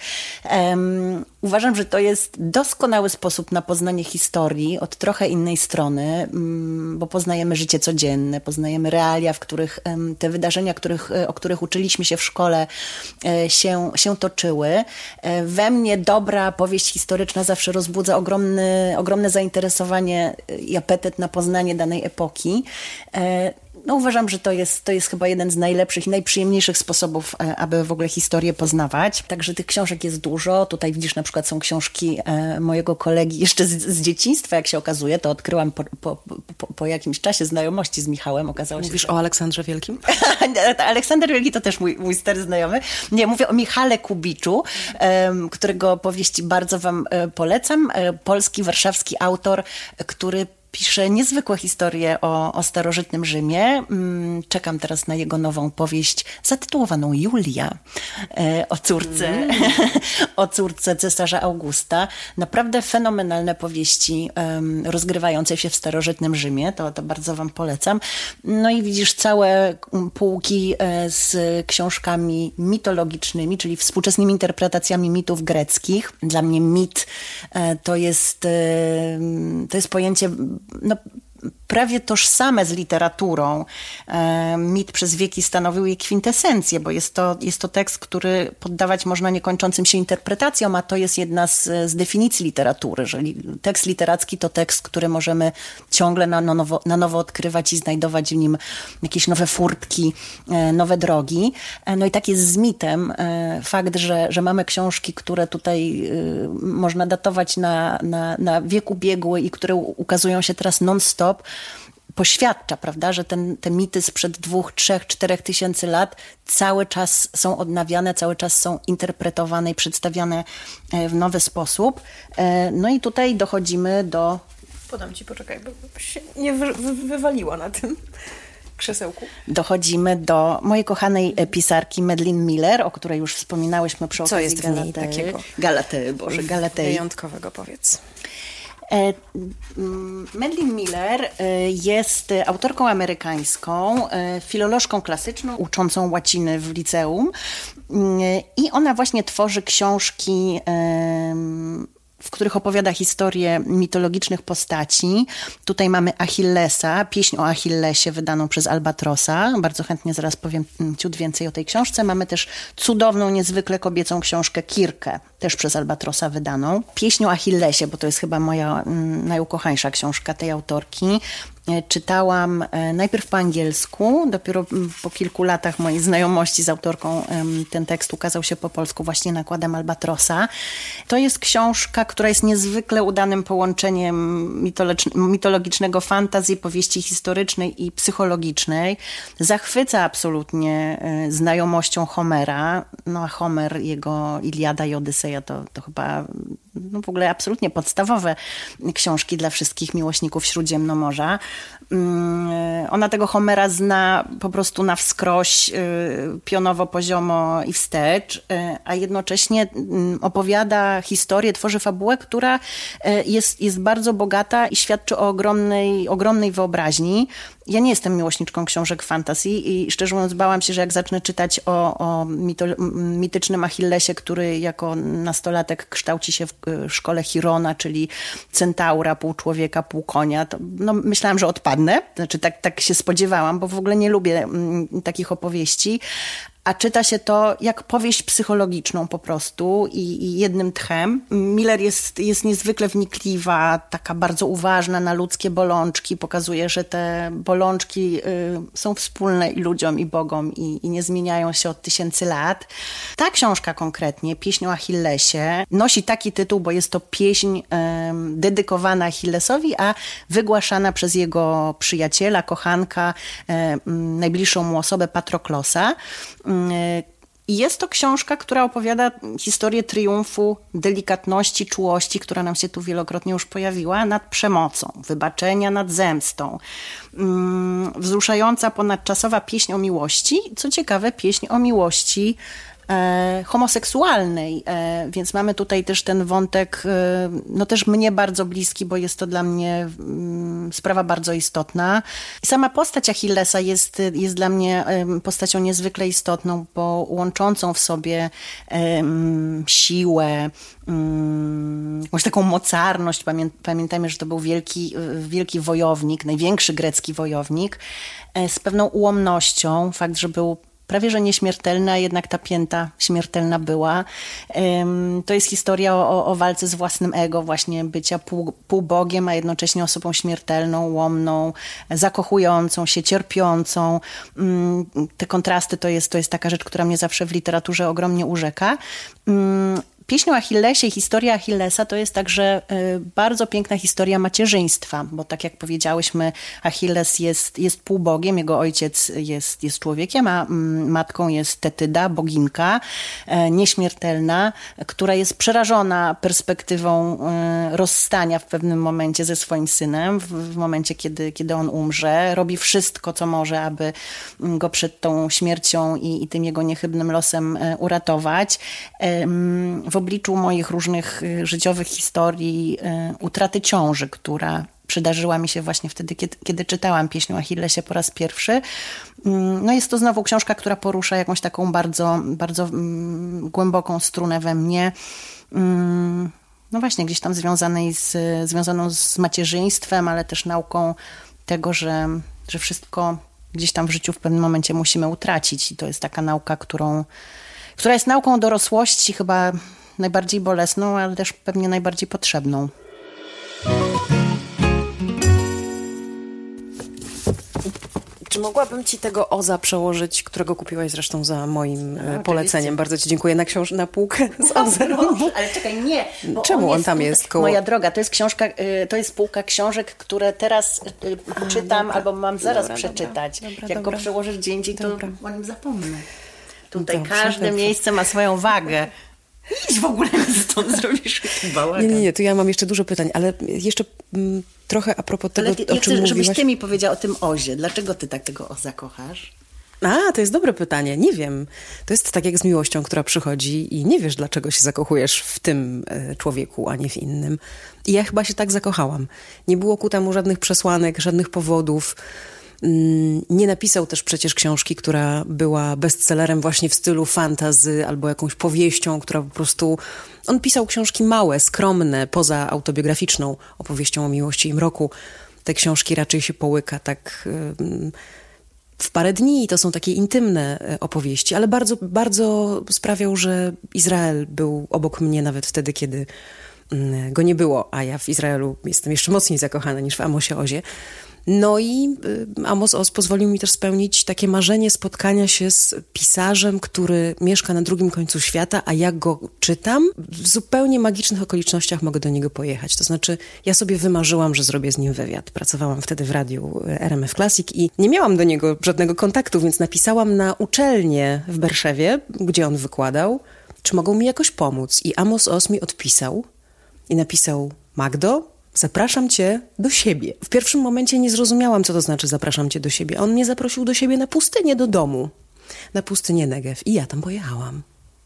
Um, uważam, że to jest doskonały sposób na poznanie historii od trochę innej strony, um, bo poznajemy życie codzienne, poznajemy realia, w których um, te wydarzenia, których, o których uczyliśmy się w szkole, um, się, się toczyły. Um, we mnie dobra powieść historyczna zawsze rozbudza ogromny ogromne zainteresowanie i apetyt na poznanie danej epoki. No uważam, że to jest, to jest chyba jeden z najlepszych i najprzyjemniejszych sposobów, aby w ogóle historię poznawać. Także tych książek jest dużo. Tutaj widzisz, na przykład są książki mojego kolegi jeszcze z, z dzieciństwa, jak się okazuje. To odkryłam po, po, po, po jakimś czasie znajomości z Michałem. Okazało się, Mówisz że... o Aleksandrze Wielkim? Aleksander Wielki to też mój, mój stary znajomy. Nie, mówię o Michale Kubiczu, um, którego powieści bardzo wam polecam. Polski, warszawski autor, który pisze niezwykłe historie o, o starożytnym Rzymie. Czekam teraz na jego nową powieść zatytułowaną Julia, o córce, mm. o córce cesarza Augusta. Naprawdę fenomenalne powieści um, rozgrywające się w starożytnym Rzymie. To, to bardzo wam polecam. No i widzisz całe półki z książkami mitologicznymi, czyli współczesnymi interpretacjami mitów greckich. Dla mnie mit to jest, to jest pojęcie no, prawie tożsame z literaturą. E, mit przez wieki stanowił jej kwintesencję, bo jest to, jest to tekst, który poddawać można niekończącym się interpretacjom, a to jest jedna z, z definicji literatury, że li, tekst literacki to tekst, który możemy ciągle na nowo, na nowo odkrywać i znajdować w nim jakieś nowe furtki, e, nowe drogi. E, no i tak jest z mitem. E, fakt, że, że mamy książki, które tutaj e, można datować na, na, na wiek ubiegły i które ukazują się teraz non-stop, poświadcza, prawda, że ten, te mity sprzed dwóch, trzech, czterech tysięcy lat cały czas są odnawiane, cały czas są interpretowane i przedstawiane w nowy sposób. No i tutaj dochodzimy do... Podam ci, poczekaj, bo się nie wy, wy, wywaliła na tym krzesełku. Dochodzimy do mojej kochanej pisarki Madeline Miller, o której już wspominałyśmy przy okazji. Co jest w niej takiego? Galatei, Boże, Galatei. Wyjątkowego, powiedz. Madeline Miller jest autorką amerykańską, filolożką klasyczną, uczącą łaciny w liceum i ona właśnie tworzy książki, w których opowiada historię mitologicznych postaci. Tutaj mamy Achillesa, pieśń o Achillesie wydaną przez Albatrosa. Bardzo chętnie zaraz powiem ciut więcej o tej książce. Mamy też cudowną, niezwykle kobiecą książkę Kirkę, też przez Albatrosa wydaną. Pieśń o Achillesie, bo to jest chyba moja mm, najukochańsza książka tej autorki. Czytałam najpierw po angielsku, dopiero po kilku latach mojej znajomości z autorką ten tekst ukazał się po polsku właśnie nakładem Albatrosa. To jest książka, która jest niezwykle udanym połączeniem mitologicznego fantazji, powieści historycznej i psychologicznej. Zachwyca absolutnie znajomością Homera. No a Homer, jego Iliada i Odyseja to, to chyba no w ogóle absolutnie podstawowe książki dla wszystkich miłośników Śródziemnomorza. Ona tego Homera zna po prostu na wskroś, pionowo, poziomo i wstecz, a jednocześnie opowiada historię, tworzy fabułę, która jest, jest bardzo bogata i świadczy o ogromnej, ogromnej wyobraźni. Ja nie jestem miłośniczką książek fantasy i szczerze mówiąc bałam się, że jak zacznę czytać o, o mito, mitycznym Achillesie, który jako nastolatek kształci się w szkole Chirona, czyli centaura, pół człowieka, pół konia, to no, myślałam, że odpadnę. Znaczy tak, tak się spodziewałam, bo w ogóle nie lubię m, takich opowieści. A czyta się to jak powieść psychologiczną po prostu i, i jednym tchem. Miller jest, jest niezwykle wnikliwa, taka bardzo uważna na ludzkie bolączki. Pokazuje, że te bolączki y, są wspólne i ludziom, i Bogom i, i nie zmieniają się od tysięcy lat. Ta książka konkretnie, Pieśń o Achillesie, nosi taki tytuł, bo jest to pieśń y, dedykowana Achillesowi, a wygłaszana przez jego przyjaciela, kochanka, y, y, najbliższą mu osobę Patroklosa. I jest to książka, która opowiada historię triumfu, delikatności, czułości, która nam się tu wielokrotnie już pojawiła, nad przemocą, wybaczenia nad zemstą. Wzruszająca, ponadczasowa pieśń o miłości. Co ciekawe, pieśń o miłości E, homoseksualnej, e, więc mamy tutaj też ten wątek, e, no też mnie bardzo bliski, bo jest to dla mnie mm, sprawa bardzo istotna. I sama postać Achillesa jest, jest dla mnie e, postacią niezwykle istotną, bo łączącą w sobie e, siłę, mm, jakąś taką mocarność. Pamię, pamiętajmy, że to był wielki, wielki wojownik, największy grecki wojownik, e, z pewną ułomnością. Fakt, że był prawie że nieśmiertelna, jednak ta pięta śmiertelna była. To jest historia o, o walce z własnym ego, właśnie bycia pół, półbogiem, a jednocześnie osobą śmiertelną, łomną, zakochującą się, cierpiącą. Te kontrasty to jest, to jest taka rzecz, która mnie zawsze w literaturze ogromnie urzeka. Pieśń o Achillesie i historia Achillesa to jest także bardzo piękna historia macierzyństwa, bo tak jak powiedziałyśmy, Achilles jest, jest półbogiem, jego ojciec jest, jest człowiekiem, a matką jest Tetyda, boginka, nieśmiertelna, która jest przerażona perspektywą rozstania w pewnym momencie ze swoim synem, w, w momencie, kiedy, kiedy on umrze. Robi wszystko, co może, aby go przed tą śmiercią i, i tym jego niechybnym losem uratować. W obliczu moich różnych życiowych historii, utraty ciąży, która przydarzyła mi się właśnie wtedy, kiedy, kiedy czytałam Pieśń o Achillesie po raz pierwszy. No jest to znowu książka, która porusza jakąś taką bardzo, bardzo głęboką strunę we mnie. No właśnie, gdzieś tam związanej z, związaną z macierzyństwem, ale też nauką tego, że, że wszystko gdzieś tam w życiu w pewnym momencie musimy utracić. I to jest taka nauka, którą która jest nauką dorosłości, chyba najbardziej bolesną, ale też pewnie najbardziej potrzebną. Czy mogłabym ci tego Oza przełożyć, którego kupiłaś zresztą za moim no, poleceniem? Bardzo ci dziękuję. Na, książ- na półkę z Ozem. No, ale czekaj, nie. Bo Czemu on, on tam jest koło? Moja droga, to jest książka, to jest półka książek, które teraz A, czytam dobra. albo mam zaraz dobra, przeczytać. Dobra, dobra, Jak dobra. go przełożysz gdzie indziej, to dobra. o nim zapomnę. Tutaj dobrze, każde dobrze. miejsce ma swoją wagę. Idź w ogóle stąd, zrobisz bałagan. Nie, nie, nie, tu ja mam jeszcze dużo pytań, ale jeszcze m, trochę a propos tego, ty, o ja czym chcę, mówiłaś. żebyś ty mi powiedział o tym Ozie. Dlaczego ty tak tego Oza kochasz? A, to jest dobre pytanie. Nie wiem. To jest tak jak z miłością, która przychodzi i nie wiesz, dlaczego się zakochujesz w tym e, człowieku, a nie w innym. I ja chyba się tak zakochałam. Nie było ku temu żadnych przesłanek, żadnych powodów. Nie napisał też przecież książki, która była bestsellerem właśnie w stylu fantasy albo jakąś powieścią, która po prostu... On pisał książki małe, skromne, poza autobiograficzną opowieścią o miłości i mroku. Te książki raczej się połyka tak w parę dni. To są takie intymne opowieści, ale bardzo, bardzo sprawiał, że Izrael był obok mnie nawet wtedy, kiedy go nie było, a ja w Izraelu jestem jeszcze mocniej zakochana niż w Amosie Ozie. No i Amos Oz pozwolił mi też spełnić takie marzenie spotkania się z pisarzem, który mieszka na drugim końcu świata, a jak go czytam, w zupełnie magicznych okolicznościach mogę do niego pojechać. To znaczy, ja sobie wymarzyłam, że zrobię z nim wywiad. Pracowałam wtedy w radiu R M F Classic i nie miałam do niego żadnego kontaktu, więc napisałam na uczelnię w Berszewie, gdzie on wykładał, czy mogą mi jakoś pomóc. I Amos Oz mi odpisał, i napisał: Magdo, zapraszam cię do siebie. W pierwszym momencie nie zrozumiałam, co to znaczy zapraszam cię do siebie. On mnie zaprosił do siebie na pustynię, do domu, na pustynię Negew i ja tam pojechałam.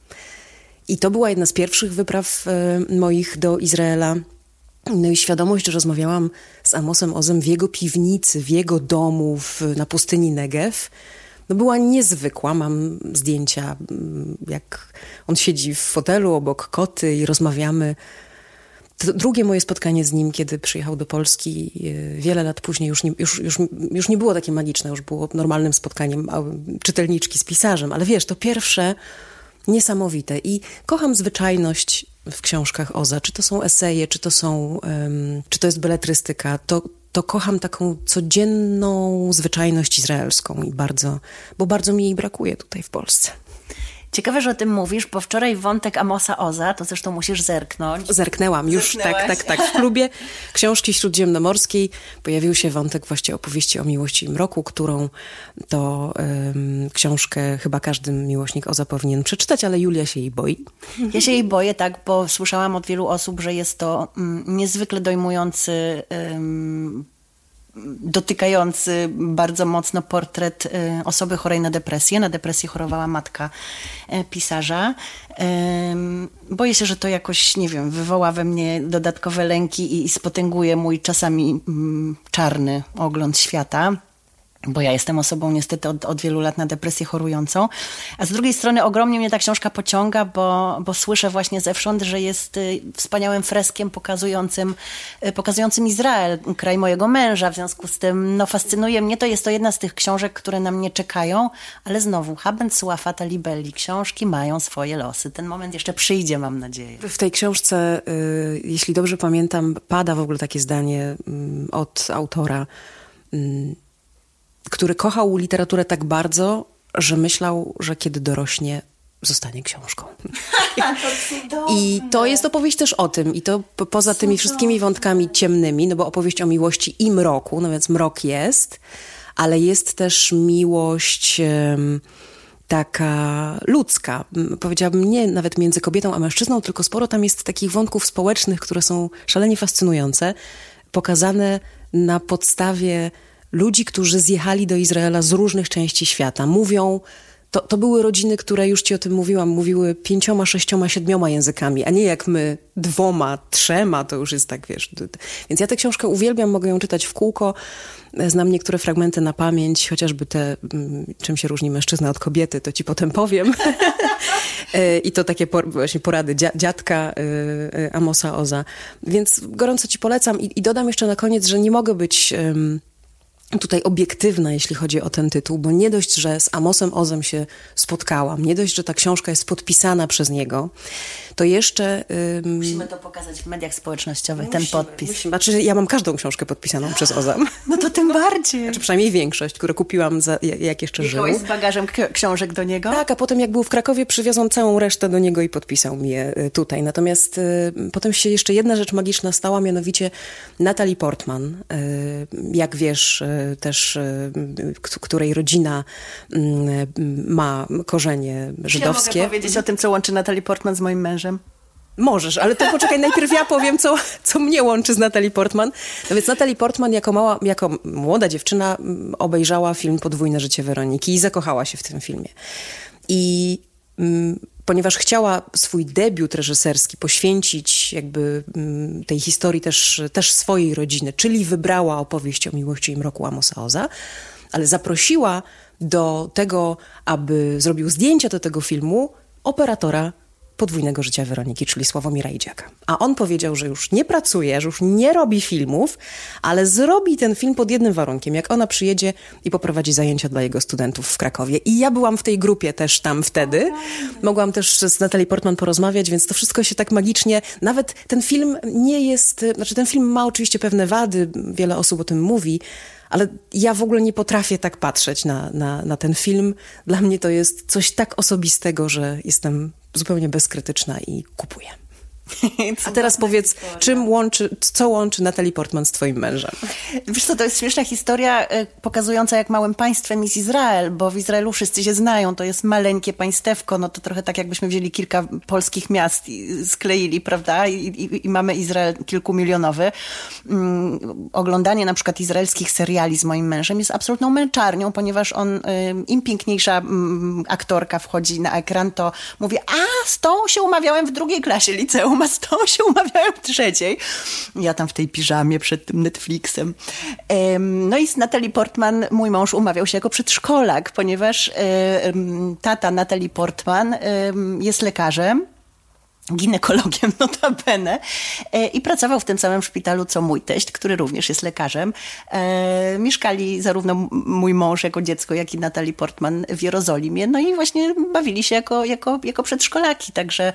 I to była jedna z pierwszych wypraw y, moich do Izraela. No i świadomość, że rozmawiałam z Amosem Ozem w jego piwnicy, w jego domu w, na pustyni Negew, no była niezwykła. Mam zdjęcia, jak on siedzi w fotelu obok koty i rozmawiamy. To drugie moje spotkanie z nim, kiedy przyjechał do Polski wiele lat później, już nie, już, już, już nie było takie magiczne, już było normalnym spotkaniem czytelniczki z pisarzem, ale wiesz, to pierwsze niesamowite. I kocham zwyczajność w książkach Oza, czy to są eseje, czy to są, um, czy to jest beletrystyka, to, to kocham taką codzienną zwyczajność izraelską i bardzo, bo bardzo mi jej brakuje tutaj w Polsce. Ciekawe, że o tym mówisz, bo wczoraj wątek Amosa Oza, to zresztą musisz zerknąć. Zerknęłam już, Zerknęłaś. tak, tak, tak. W klubie książki śródziemnomorskiej pojawił się wątek właśnie opowieści o miłości i mroku, którą to um, książkę chyba każdy miłośnik Oza powinien przeczytać, ale Julia się jej boi. Ja się jej boję, tak, bo słyszałam od wielu osób, że jest to mm, niezwykle dojmujący um, dotykający bardzo mocno portret osoby chorej na depresję. Na depresję chorowała matka pisarza. Boję się, że to jakoś, nie wiem, wywoła we mnie dodatkowe lęki i spotęguje mój czasami czarny ogląd świata. Bo ja jestem osobą niestety od, od wielu lat na depresję chorującą. A z drugiej strony ogromnie mnie ta książka pociąga, bo, bo słyszę właśnie zewsząd, że jest wspaniałym freskiem pokazującym, pokazującym Izrael, kraj mojego męża. W związku z tym no, fascynuje mnie to. Jest to jedna z tych książek, które na mnie czekają, ale znowu, Haben sua fata libelli. Książki mają swoje losy. Ten moment jeszcze przyjdzie, mam nadzieję. W tej książce, y, jeśli dobrze pamiętam, pada w ogóle takie zdanie y, od autora, y, który kochał literaturę tak bardzo, że myślał, że kiedy dorośnie, zostanie książką. To I to jest opowieść też o tym. I to po, poza tymi wszystkimi wątkami ciemnymi, no bo opowieść o miłości i mroku, no więc mrok jest, ale jest też miłość um, taka ludzka. Powiedziałabym nie nawet między kobietą a mężczyzną, tylko sporo tam jest takich wątków społecznych, które są szalenie fascynujące, pokazane na podstawie ludzi, którzy zjechali do Izraela z różnych części świata. Mówią, to, to były rodziny, które, już ci o tym mówiłam, mówiły pięcioma, sześcioma, siedmioma językami, a nie jak my dwoma, trzema, to już jest tak, wiesz. Więc ja tę książkę uwielbiam, mogę ją czytać w kółko. Znam niektóre fragmenty na pamięć, chociażby te, czym się różni mężczyzna od kobiety, to ci potem powiem. I to takie por, właśnie porady dziadka Amosa Oza. Więc gorąco ci polecam i, i dodam jeszcze na koniec, że nie mogę być Um, tutaj obiektywna, jeśli chodzi o ten tytuł, bo nie dość, że z Amosem Ozem się spotkałam, nie dość, że ta książka jest podpisana przez niego, to jeszcze... Um... Musimy to pokazać w mediach społecznościowych, musimy, ten podpis. Musimy. Znaczy, ja mam każdą książkę podpisaną przez Oza. No to tym bardziej. Znaczy, przynajmniej większość, które kupiłam, za, jak jeszcze żył. Jechałeś z bagażem k- książek do niego? Tak, a potem jak był w Krakowie, przywiozłam całą resztę do niego i podpisał mi je tutaj. Natomiast y, potem się jeszcze jedna rzecz magiczna stała, mianowicie Natalie Portman. Y, jak wiesz, y, też, y, k- której rodzina y, ma korzenie żydowskie. Ja mogę powiedzieć o tym, co łączy Natalie Portman z moim mężem? Możesz, ale to poczekaj, najpierw ja powiem, co, co mnie łączy z Natalie Portman. No więc Natalie Portman jako mała, jako młoda dziewczyna obejrzała film Podwójne życie Weroniki i zakochała się w tym filmie. I mm, ponieważ chciała swój debiut reżyserski poświęcić jakby mm, tej historii też, też swojej rodziny, czyli wybrała opowieść o miłości i mroku Amosa Oza, ale zaprosiła do tego, aby zrobił zdjęcia do tego filmu operatora Podwójnego życia Weroniki, czyli Sławomira Idziaka. A on powiedział, że już nie pracuje, że już nie robi filmów, ale zrobi ten film pod jednym warunkiem, jak ona przyjedzie i poprowadzi zajęcia dla jego studentów w Krakowie. I ja byłam w tej grupie też tam wtedy. Mogłam też z Natalie Portman porozmawiać, więc to wszystko się tak magicznie... Nawet ten film nie jest... Znaczy ten film ma oczywiście pewne wady, wiele osób o tym mówi, ale ja w ogóle nie potrafię tak patrzeć na, na, na ten film. Dla mnie to jest coś tak osobistego, że jestem zupełnie bezkrytyczna i kupuję. A teraz powiedz, historia. czym łączy, co łączy Natalie Portman z twoim mężem? Wiesz co, to jest śmieszna historia y, pokazująca, jak małym państwem jest Izrael, bo w Izraelu wszyscy się znają, to jest maleńkie państewko, no to trochę tak jakbyśmy wzięli kilka polskich miast i skleili, prawda, I, i, i mamy Izrael kilkumilionowy. Mm, oglądanie na przykład izraelskich seriali z moim mężem jest absolutną męczarnią, ponieważ on, y, im piękniejsza mm, aktorka wchodzi na ekran, to mówi, a z tą się umawiałem w drugiej klasie liceum, a z tą się umawiałem w trzeciej. Ja tam w tej piżamie przed tym Netflixem. No i z Natalie Portman mój mąż umawiał się jako przedszkolak, ponieważ tata Natalie Portman jest lekarzem, ginekologiem notabene i pracował w tym samym szpitalu, co mój teść, który również jest lekarzem. E, mieszkali zarówno mój mąż jako dziecko, jak i Natalie Portman w Jerozolimie. No i właśnie bawili się jako, jako, jako przedszkolaki, także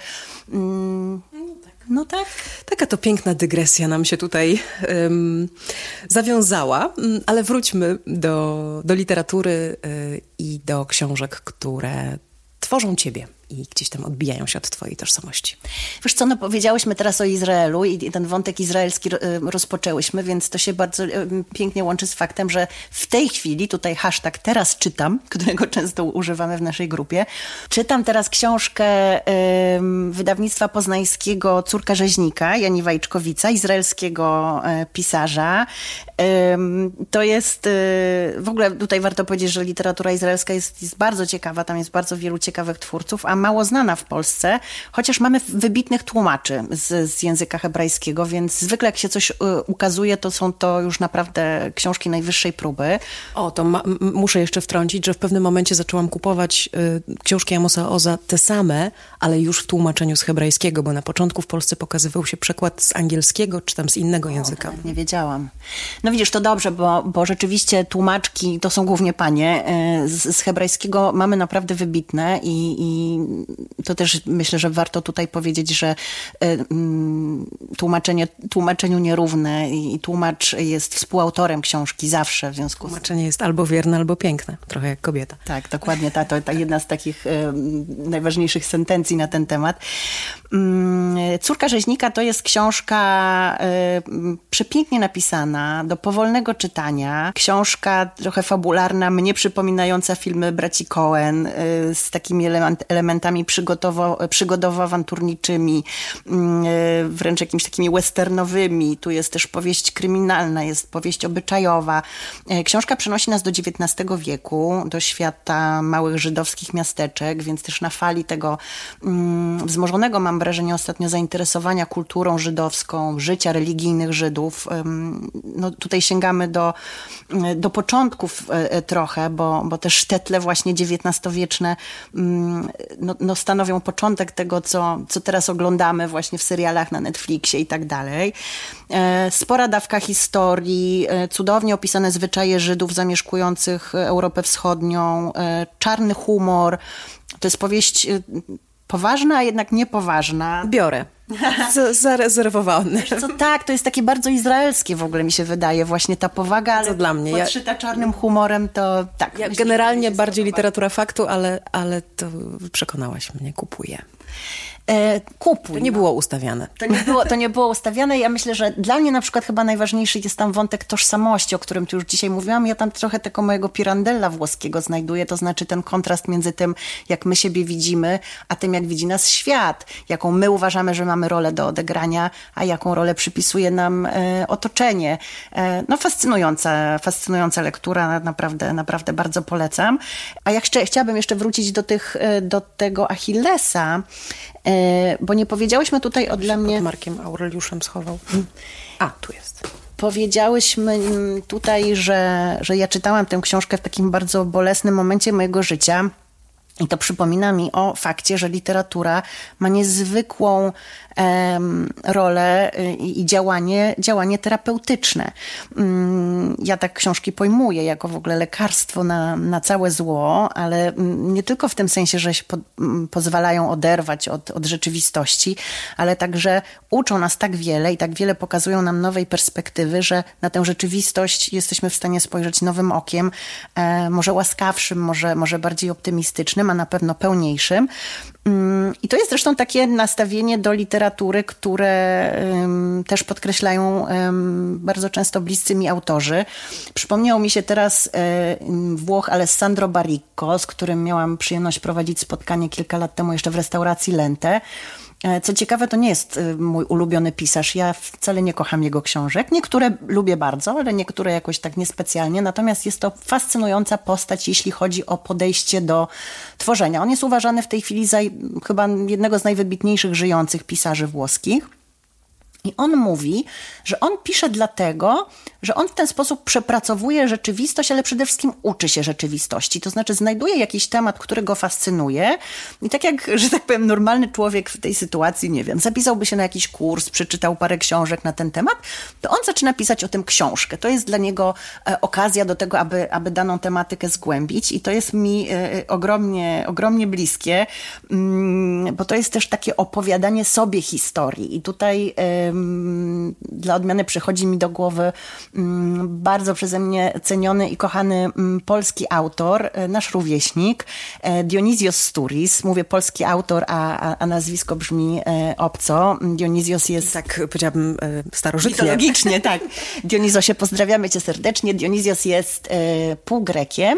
mm, no tak. Taka to piękna dygresja nam się tutaj um, zawiązała, ale wróćmy do, do literatury y, i do książek, które tworzą ciebie i gdzieś tam odbijają się od twojej tożsamości. Wiesz co, no powiedziałyśmy teraz o Izraelu i ten wątek izraelski rozpoczęłyśmy, więc to się bardzo pięknie łączy z faktem, że w tej chwili, tutaj hashtag teraz czytam, którego często używamy w naszej grupie, czytam teraz książkę y, wydawnictwa poznańskiego Córka rzeźnika, Jani Wajczkowica, izraelskiego y, pisarza. Y, to jest, y, w ogóle tutaj warto powiedzieć, że literatura izraelska jest, jest bardzo ciekawa, tam jest bardzo wielu ciekawych twórców, a mało znana w Polsce, chociaż mamy wybitnych tłumaczy z, z języka hebrajskiego, więc zwykle jak się coś y, ukazuje, to są to już naprawdę książki najwyższej próby. O, to ma, m- muszę jeszcze wtrącić, że w pewnym momencie zaczęłam kupować y, książki Amosa Oza te same, ale już w tłumaczeniu z hebrajskiego, bo na początku w Polsce pokazywał się przekład z angielskiego, czy tam z innego o, języka. Tak, nie wiedziałam. No widzisz, to dobrze, bo, bo rzeczywiście tłumaczki to są głównie panie. Y, z, z hebrajskiego mamy naprawdę wybitne i, i to też myślę, że warto tutaj powiedzieć, że y, tłumaczenie, tłumaczeniu nierówne i tłumacz jest współautorem książki zawsze w związku z... Tłumaczenie jest albo wierne, albo piękne. Trochę jak kobieta. Tak, dokładnie. Ta, to, to jedna z takich y, najważniejszych sentencji na ten temat. Y, Córka rzeźnika to jest książka y, przepięknie napisana, do powolnego czytania. Książka trochę fabularna, mnie przypominająca filmy braci Coen y, z takimi element, elementami przygodowo, przygodowo-awanturniczymi, wręcz jakimiś takimi westernowymi. Tu jest też powieść kryminalna, jest powieść obyczajowa. Książka przenosi nas do dziewiętnastego wieku, do świata małych żydowskich miasteczek, więc też na fali tego wzmożonego, mam wrażenie, ostatnio zainteresowania kulturą żydowską, życia religijnych Żydów. No, tutaj sięgamy do, do początków trochę, bo, bo te sztetle właśnie dziewiętnastowieczne no, no stanowią początek tego, co, co teraz oglądamy właśnie w serialach na Netflixie i tak dalej. Spora dawka historii, cudownie opisane zwyczaje Żydów zamieszkujących Europę Wschodnią, czarny humor. To jest powieść poważna, a jednak niepoważna. Biorę. Z- zarezerwowane. Co, tak, to jest takie bardzo izraelskie w ogóle, mi się wydaje, właśnie ta powaga, ale dla mnie. podszyta czarnym humorem, to tak. Ja generalnie bardziej literatura faktu, ale, ale to przekonałaś mnie, kupuję. E, kupuj. To nie było ustawiane. To nie było, to nie było ustawiane. Ja myślę, że dla mnie na przykład chyba najważniejszy jest tam wątek tożsamości, o którym tu już dzisiaj mówiłam. Ja tam trochę tego mojego Pirandella włoskiego znajduję, to znaczy ten kontrast między tym, jak my siebie widzimy, a tym, jak widzi nas świat. Jaką my uważamy, że mamy rolę do odegrania, a jaką rolę przypisuje nam e, otoczenie. E, no fascynująca, fascynująca lektura, naprawdę, naprawdę bardzo polecam. A ja jeszcze, chciałabym jeszcze wrócić do, tych, do tego Achillesa, bo nie powiedziałyśmy tutaj o dla mnie... Pod Markiem Aureliuszem schował. A, tu jest. Powiedziałyśmy tutaj, że, że ja czytałam tę książkę w takim bardzo bolesnym momencie mojego życia. I to przypomina mi o fakcie, że literatura ma niezwykłą em, rolę i, i działanie, działanie terapeutyczne. Um, ja tak książki pojmuję jako w ogóle lekarstwo na, na całe zło, ale nie tylko w tym sensie, że się po, pozwalają oderwać od, od rzeczywistości, ale także uczą nas tak wiele i tak wiele pokazują nam nowej perspektywy, że na tę rzeczywistość jesteśmy w stanie spojrzeć nowym okiem, e, może łaskawszym, może, może bardziej optymistycznym, a na pewno pełniejszym. I to jest zresztą takie nastawienie do literatury, które um, też podkreślają um, bardzo często bliscy mi autorzy. Przypomniał mi się teraz um, Włoch Alessandro Baricco, z którym miałam przyjemność prowadzić spotkanie kilka lat temu jeszcze w restauracji Lente. Co ciekawe, to nie jest mój ulubiony pisarz. Ja wcale nie kocham jego książek. Niektóre lubię bardzo, ale niektóre jakoś tak niespecjalnie. Natomiast jest to fascynująca postać, jeśli chodzi o podejście do tworzenia. On jest uważany w tej chwili za chyba jednego z najwybitniejszych żyjących pisarzy włoskich. I on mówi, że on pisze dlatego, że on w ten sposób przepracowuje rzeczywistość, ale przede wszystkim uczy się rzeczywistości. To znaczy znajduje jakiś temat, który go fascynuje i tak jak, że tak powiem, normalny człowiek w tej sytuacji, nie wiem, zapisałby się na jakiś kurs, przeczytał parę książek na ten temat, to on zaczyna pisać o tym książkę. To jest dla niego e, okazja do tego, aby, aby daną tematykę zgłębić i to jest mi e, ogromnie, ogromnie bliskie, mm, bo to jest też takie opowiadanie sobie historii i tutaj e, dla odmiany przychodzi mi do głowy bardzo przeze mnie ceniony i kochany polski autor, nasz rówieśnik, Dionizios Sturis. Mówię polski autor, a, a nazwisko brzmi obco. Dionizios jest... Tak, powiedziałabym starożytnie. Mitologicznie, tak. Dionizosie, pozdrawiamy cię serdecznie. Dionizios jest półgrekiem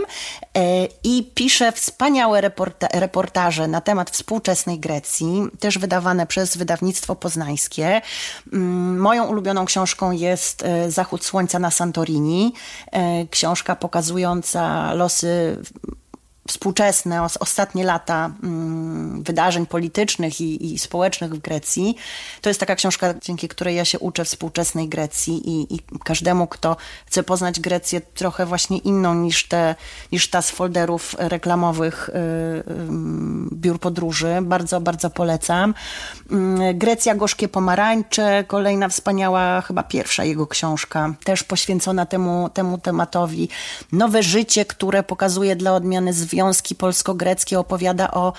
i pisze wspaniałe reporta reportaże na temat współczesnej Grecji, też wydawane przez wydawnictwo poznańskie. Moją ulubioną książką jest Zachód słońca na Santorini. Książka pokazująca losy współczesne, ostatnie lata mm, wydarzeń politycznych i, i społecznych w Grecji. To jest taka książka, dzięki której ja się uczę współczesnej Grecji i, i każdemu, kto chce poznać Grecję trochę właśnie inną niż, te, niż ta z folderów reklamowych y, y, biur podróży. Bardzo, bardzo polecam. Y, Grecja, gorzkie pomarańcze, kolejna wspaniała, chyba pierwsza jego książka, też poświęcona temu, temu tematowi. Nowe życie, które pokazuje dla odmiany związki polsko-greckie, opowiada o,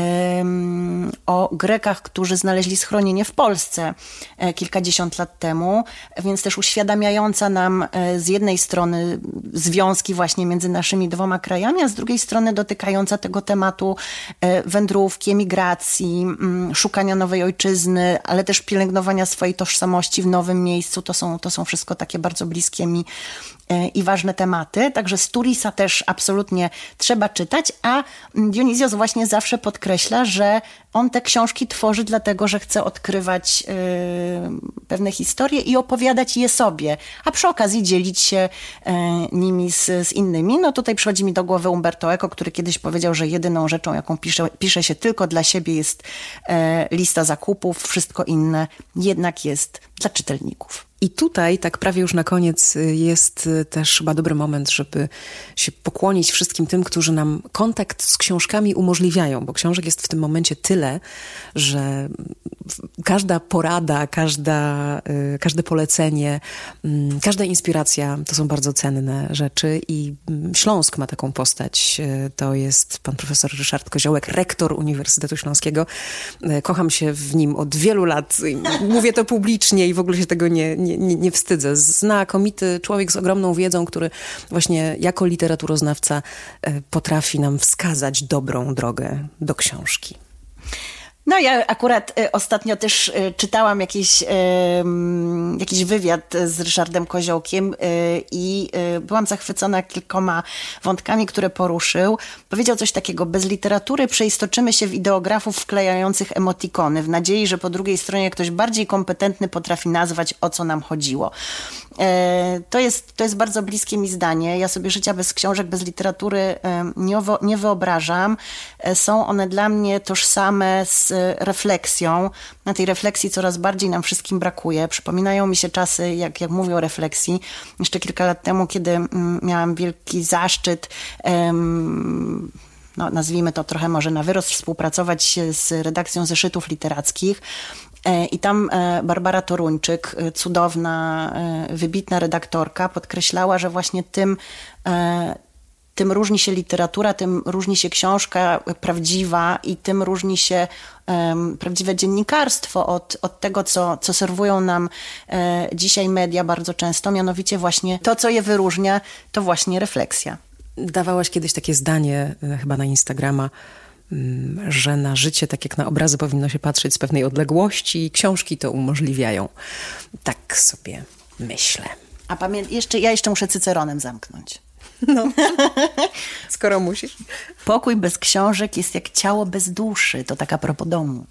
um, o Grekach, którzy znaleźli schronienie w Polsce e, kilkadziesiąt lat temu, więc też uświadamiająca nam e, z jednej strony związki właśnie między naszymi dwoma krajami, a z drugiej strony dotykająca tego tematu e, wędrówki, emigracji, m, szukania nowej ojczyzny, ale też pielęgnowania swojej tożsamości w nowym miejscu. To są, to są wszystko takie bardzo bliskie mi i ważne tematy, także Sturisa też absolutnie trzeba czytać, a Dionizios właśnie zawsze podkreśla, że on te książki tworzy dlatego, że chce odkrywać yy, pewne historie i opowiadać je sobie, a przy okazji dzielić się yy, nimi z, z innymi. No tutaj przychodzi mi do głowy Umberto Eco, który kiedyś powiedział, że jedyną rzeczą, jaką pisze, pisze się tylko dla siebie, jest yy, lista zakupów, wszystko inne jednak jest dla czytelników. I tutaj, tak prawie już na koniec, jest też chyba dobry moment, żeby się pokłonić wszystkim tym, którzy nam kontakt z książkami umożliwiają, bo książek jest w tym momencie tyle, że każda porada, każda, każde polecenie, każda inspiracja to są bardzo cenne rzeczy i Śląsk ma taką postać. To jest pan profesor Ryszard Koziołek, rektor Uniwersytetu Śląskiego. Kocham się w nim od wielu lat. Mówię to publicznie i w ogóle się tego nie, nie Nie, nie wstydzę. Znakomity człowiek z ogromną wiedzą, który właśnie jako literaturoznawca potrafi nam wskazać dobrą drogę do książki. No ja akurat y, ostatnio też y, czytałam jakiś, y, jakiś wywiad z Ryszardem Koziołkiem y, i y, byłam zachwycona kilkoma wątkami, które poruszył. Powiedział coś takiego: bez literatury przeistoczymy się w ideografów wklejających emotikony w nadziei, że po drugiej stronie ktoś bardziej kompetentny potrafi nazwać, o co nam chodziło. To jest, to jest bardzo bliskie mi zdanie. Ja sobie życia bez książek, bez literatury nie, nie wyobrażam. Są one dla mnie tożsame z refleksją. Na tej refleksji coraz bardziej nam wszystkim brakuje. Przypominają mi się czasy, jak, jak mówię o refleksji, jeszcze kilka lat temu, kiedy miałam wielki zaszczyt um, no, nazwijmy to trochę może na wyrost, współpracować z redakcją zeszytów literackich. I tam Barbara Toruńczyk, cudowna, wybitna redaktorka, podkreślała, że właśnie tym, tym różni się literatura, tym różni się książka prawdziwa i tym różni się um, prawdziwe dziennikarstwo od, od tego, co, co serwują nam e, dzisiaj media bardzo często. Mianowicie właśnie to, co je wyróżnia, to właśnie refleksja. Dawałaś kiedyś takie zdanie, chyba na Instagrama, że na życie, tak jak na obrazy, powinno się patrzeć z pewnej odległości. Książki to umożliwiają. Tak sobie myślę. A pamię- jeszcze, ja jeszcze muszę Cyceronem zamknąć. No, skoro musisz. Pokój bez książek jest jak ciało bez duszy. To tak a propos domu.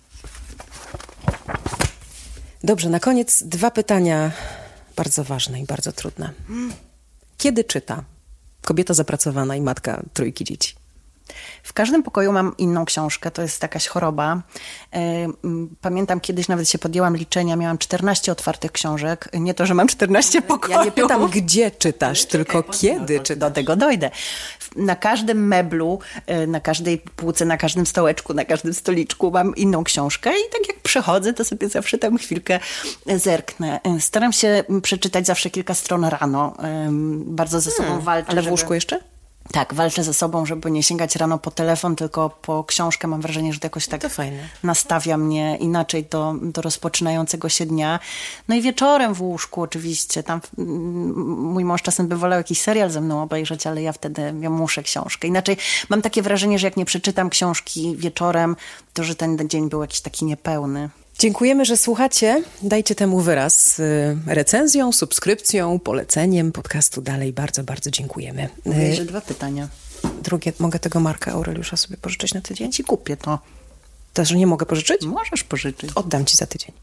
Dobrze, na koniec dwa pytania bardzo ważne i bardzo trudne. Kiedy czyta kobieta zapracowana i matka trójki dzieci? W każdym pokoju mam inną książkę, to jest jakaś choroba. Pamiętam, kiedyś nawet się podjęłam liczenia, miałam czternaście otwartych książek. Nie to, że mam czternaście pokoi. Ja nie pytam, gdzie czytasz, tylko kiedy do, czytasz. Do tego dojdę. Na każdym meblu, na każdej półce, na każdym stołeczku, na każdym stoliczku mam inną książkę i tak jak przychodzę, to sobie zawsze tam chwilkę zerknę. Staram się przeczytać zawsze kilka stron rano. Bardzo ze sobą hmm, walczę. Ale w żeby... łóżku jeszcze? Tak, walczę ze sobą, żeby nie sięgać rano po telefon, tylko po książkę. Mam wrażenie, że to jakoś tak to fajne. Nastawia mnie inaczej do, do rozpoczynającego się dnia. No i wieczorem w łóżku oczywiście. Tam mój mąż czasem by wolał jakiś serial ze mną obejrzeć, ale ja wtedy ja muszę książkę. Inaczej mam takie wrażenie, że jak nie przeczytam książki wieczorem, to że ten dzień był jakiś taki niepełny. Dziękujemy, że słuchacie. Dajcie temu wyraz recenzją, subskrypcją, poleceniem podcastu dalej. Bardzo, bardzo dziękujemy. Mówię, że dwa pytania. Drugie, mogę tego Marka Aureliusza sobie pożyczyć na tydzień? Ci kupię to. To, że nie mogę pożyczyć? Możesz pożyczyć. Oddam ci za tydzień.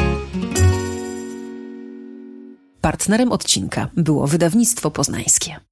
Partnerem odcinka było Wydawnictwo Poznańskie.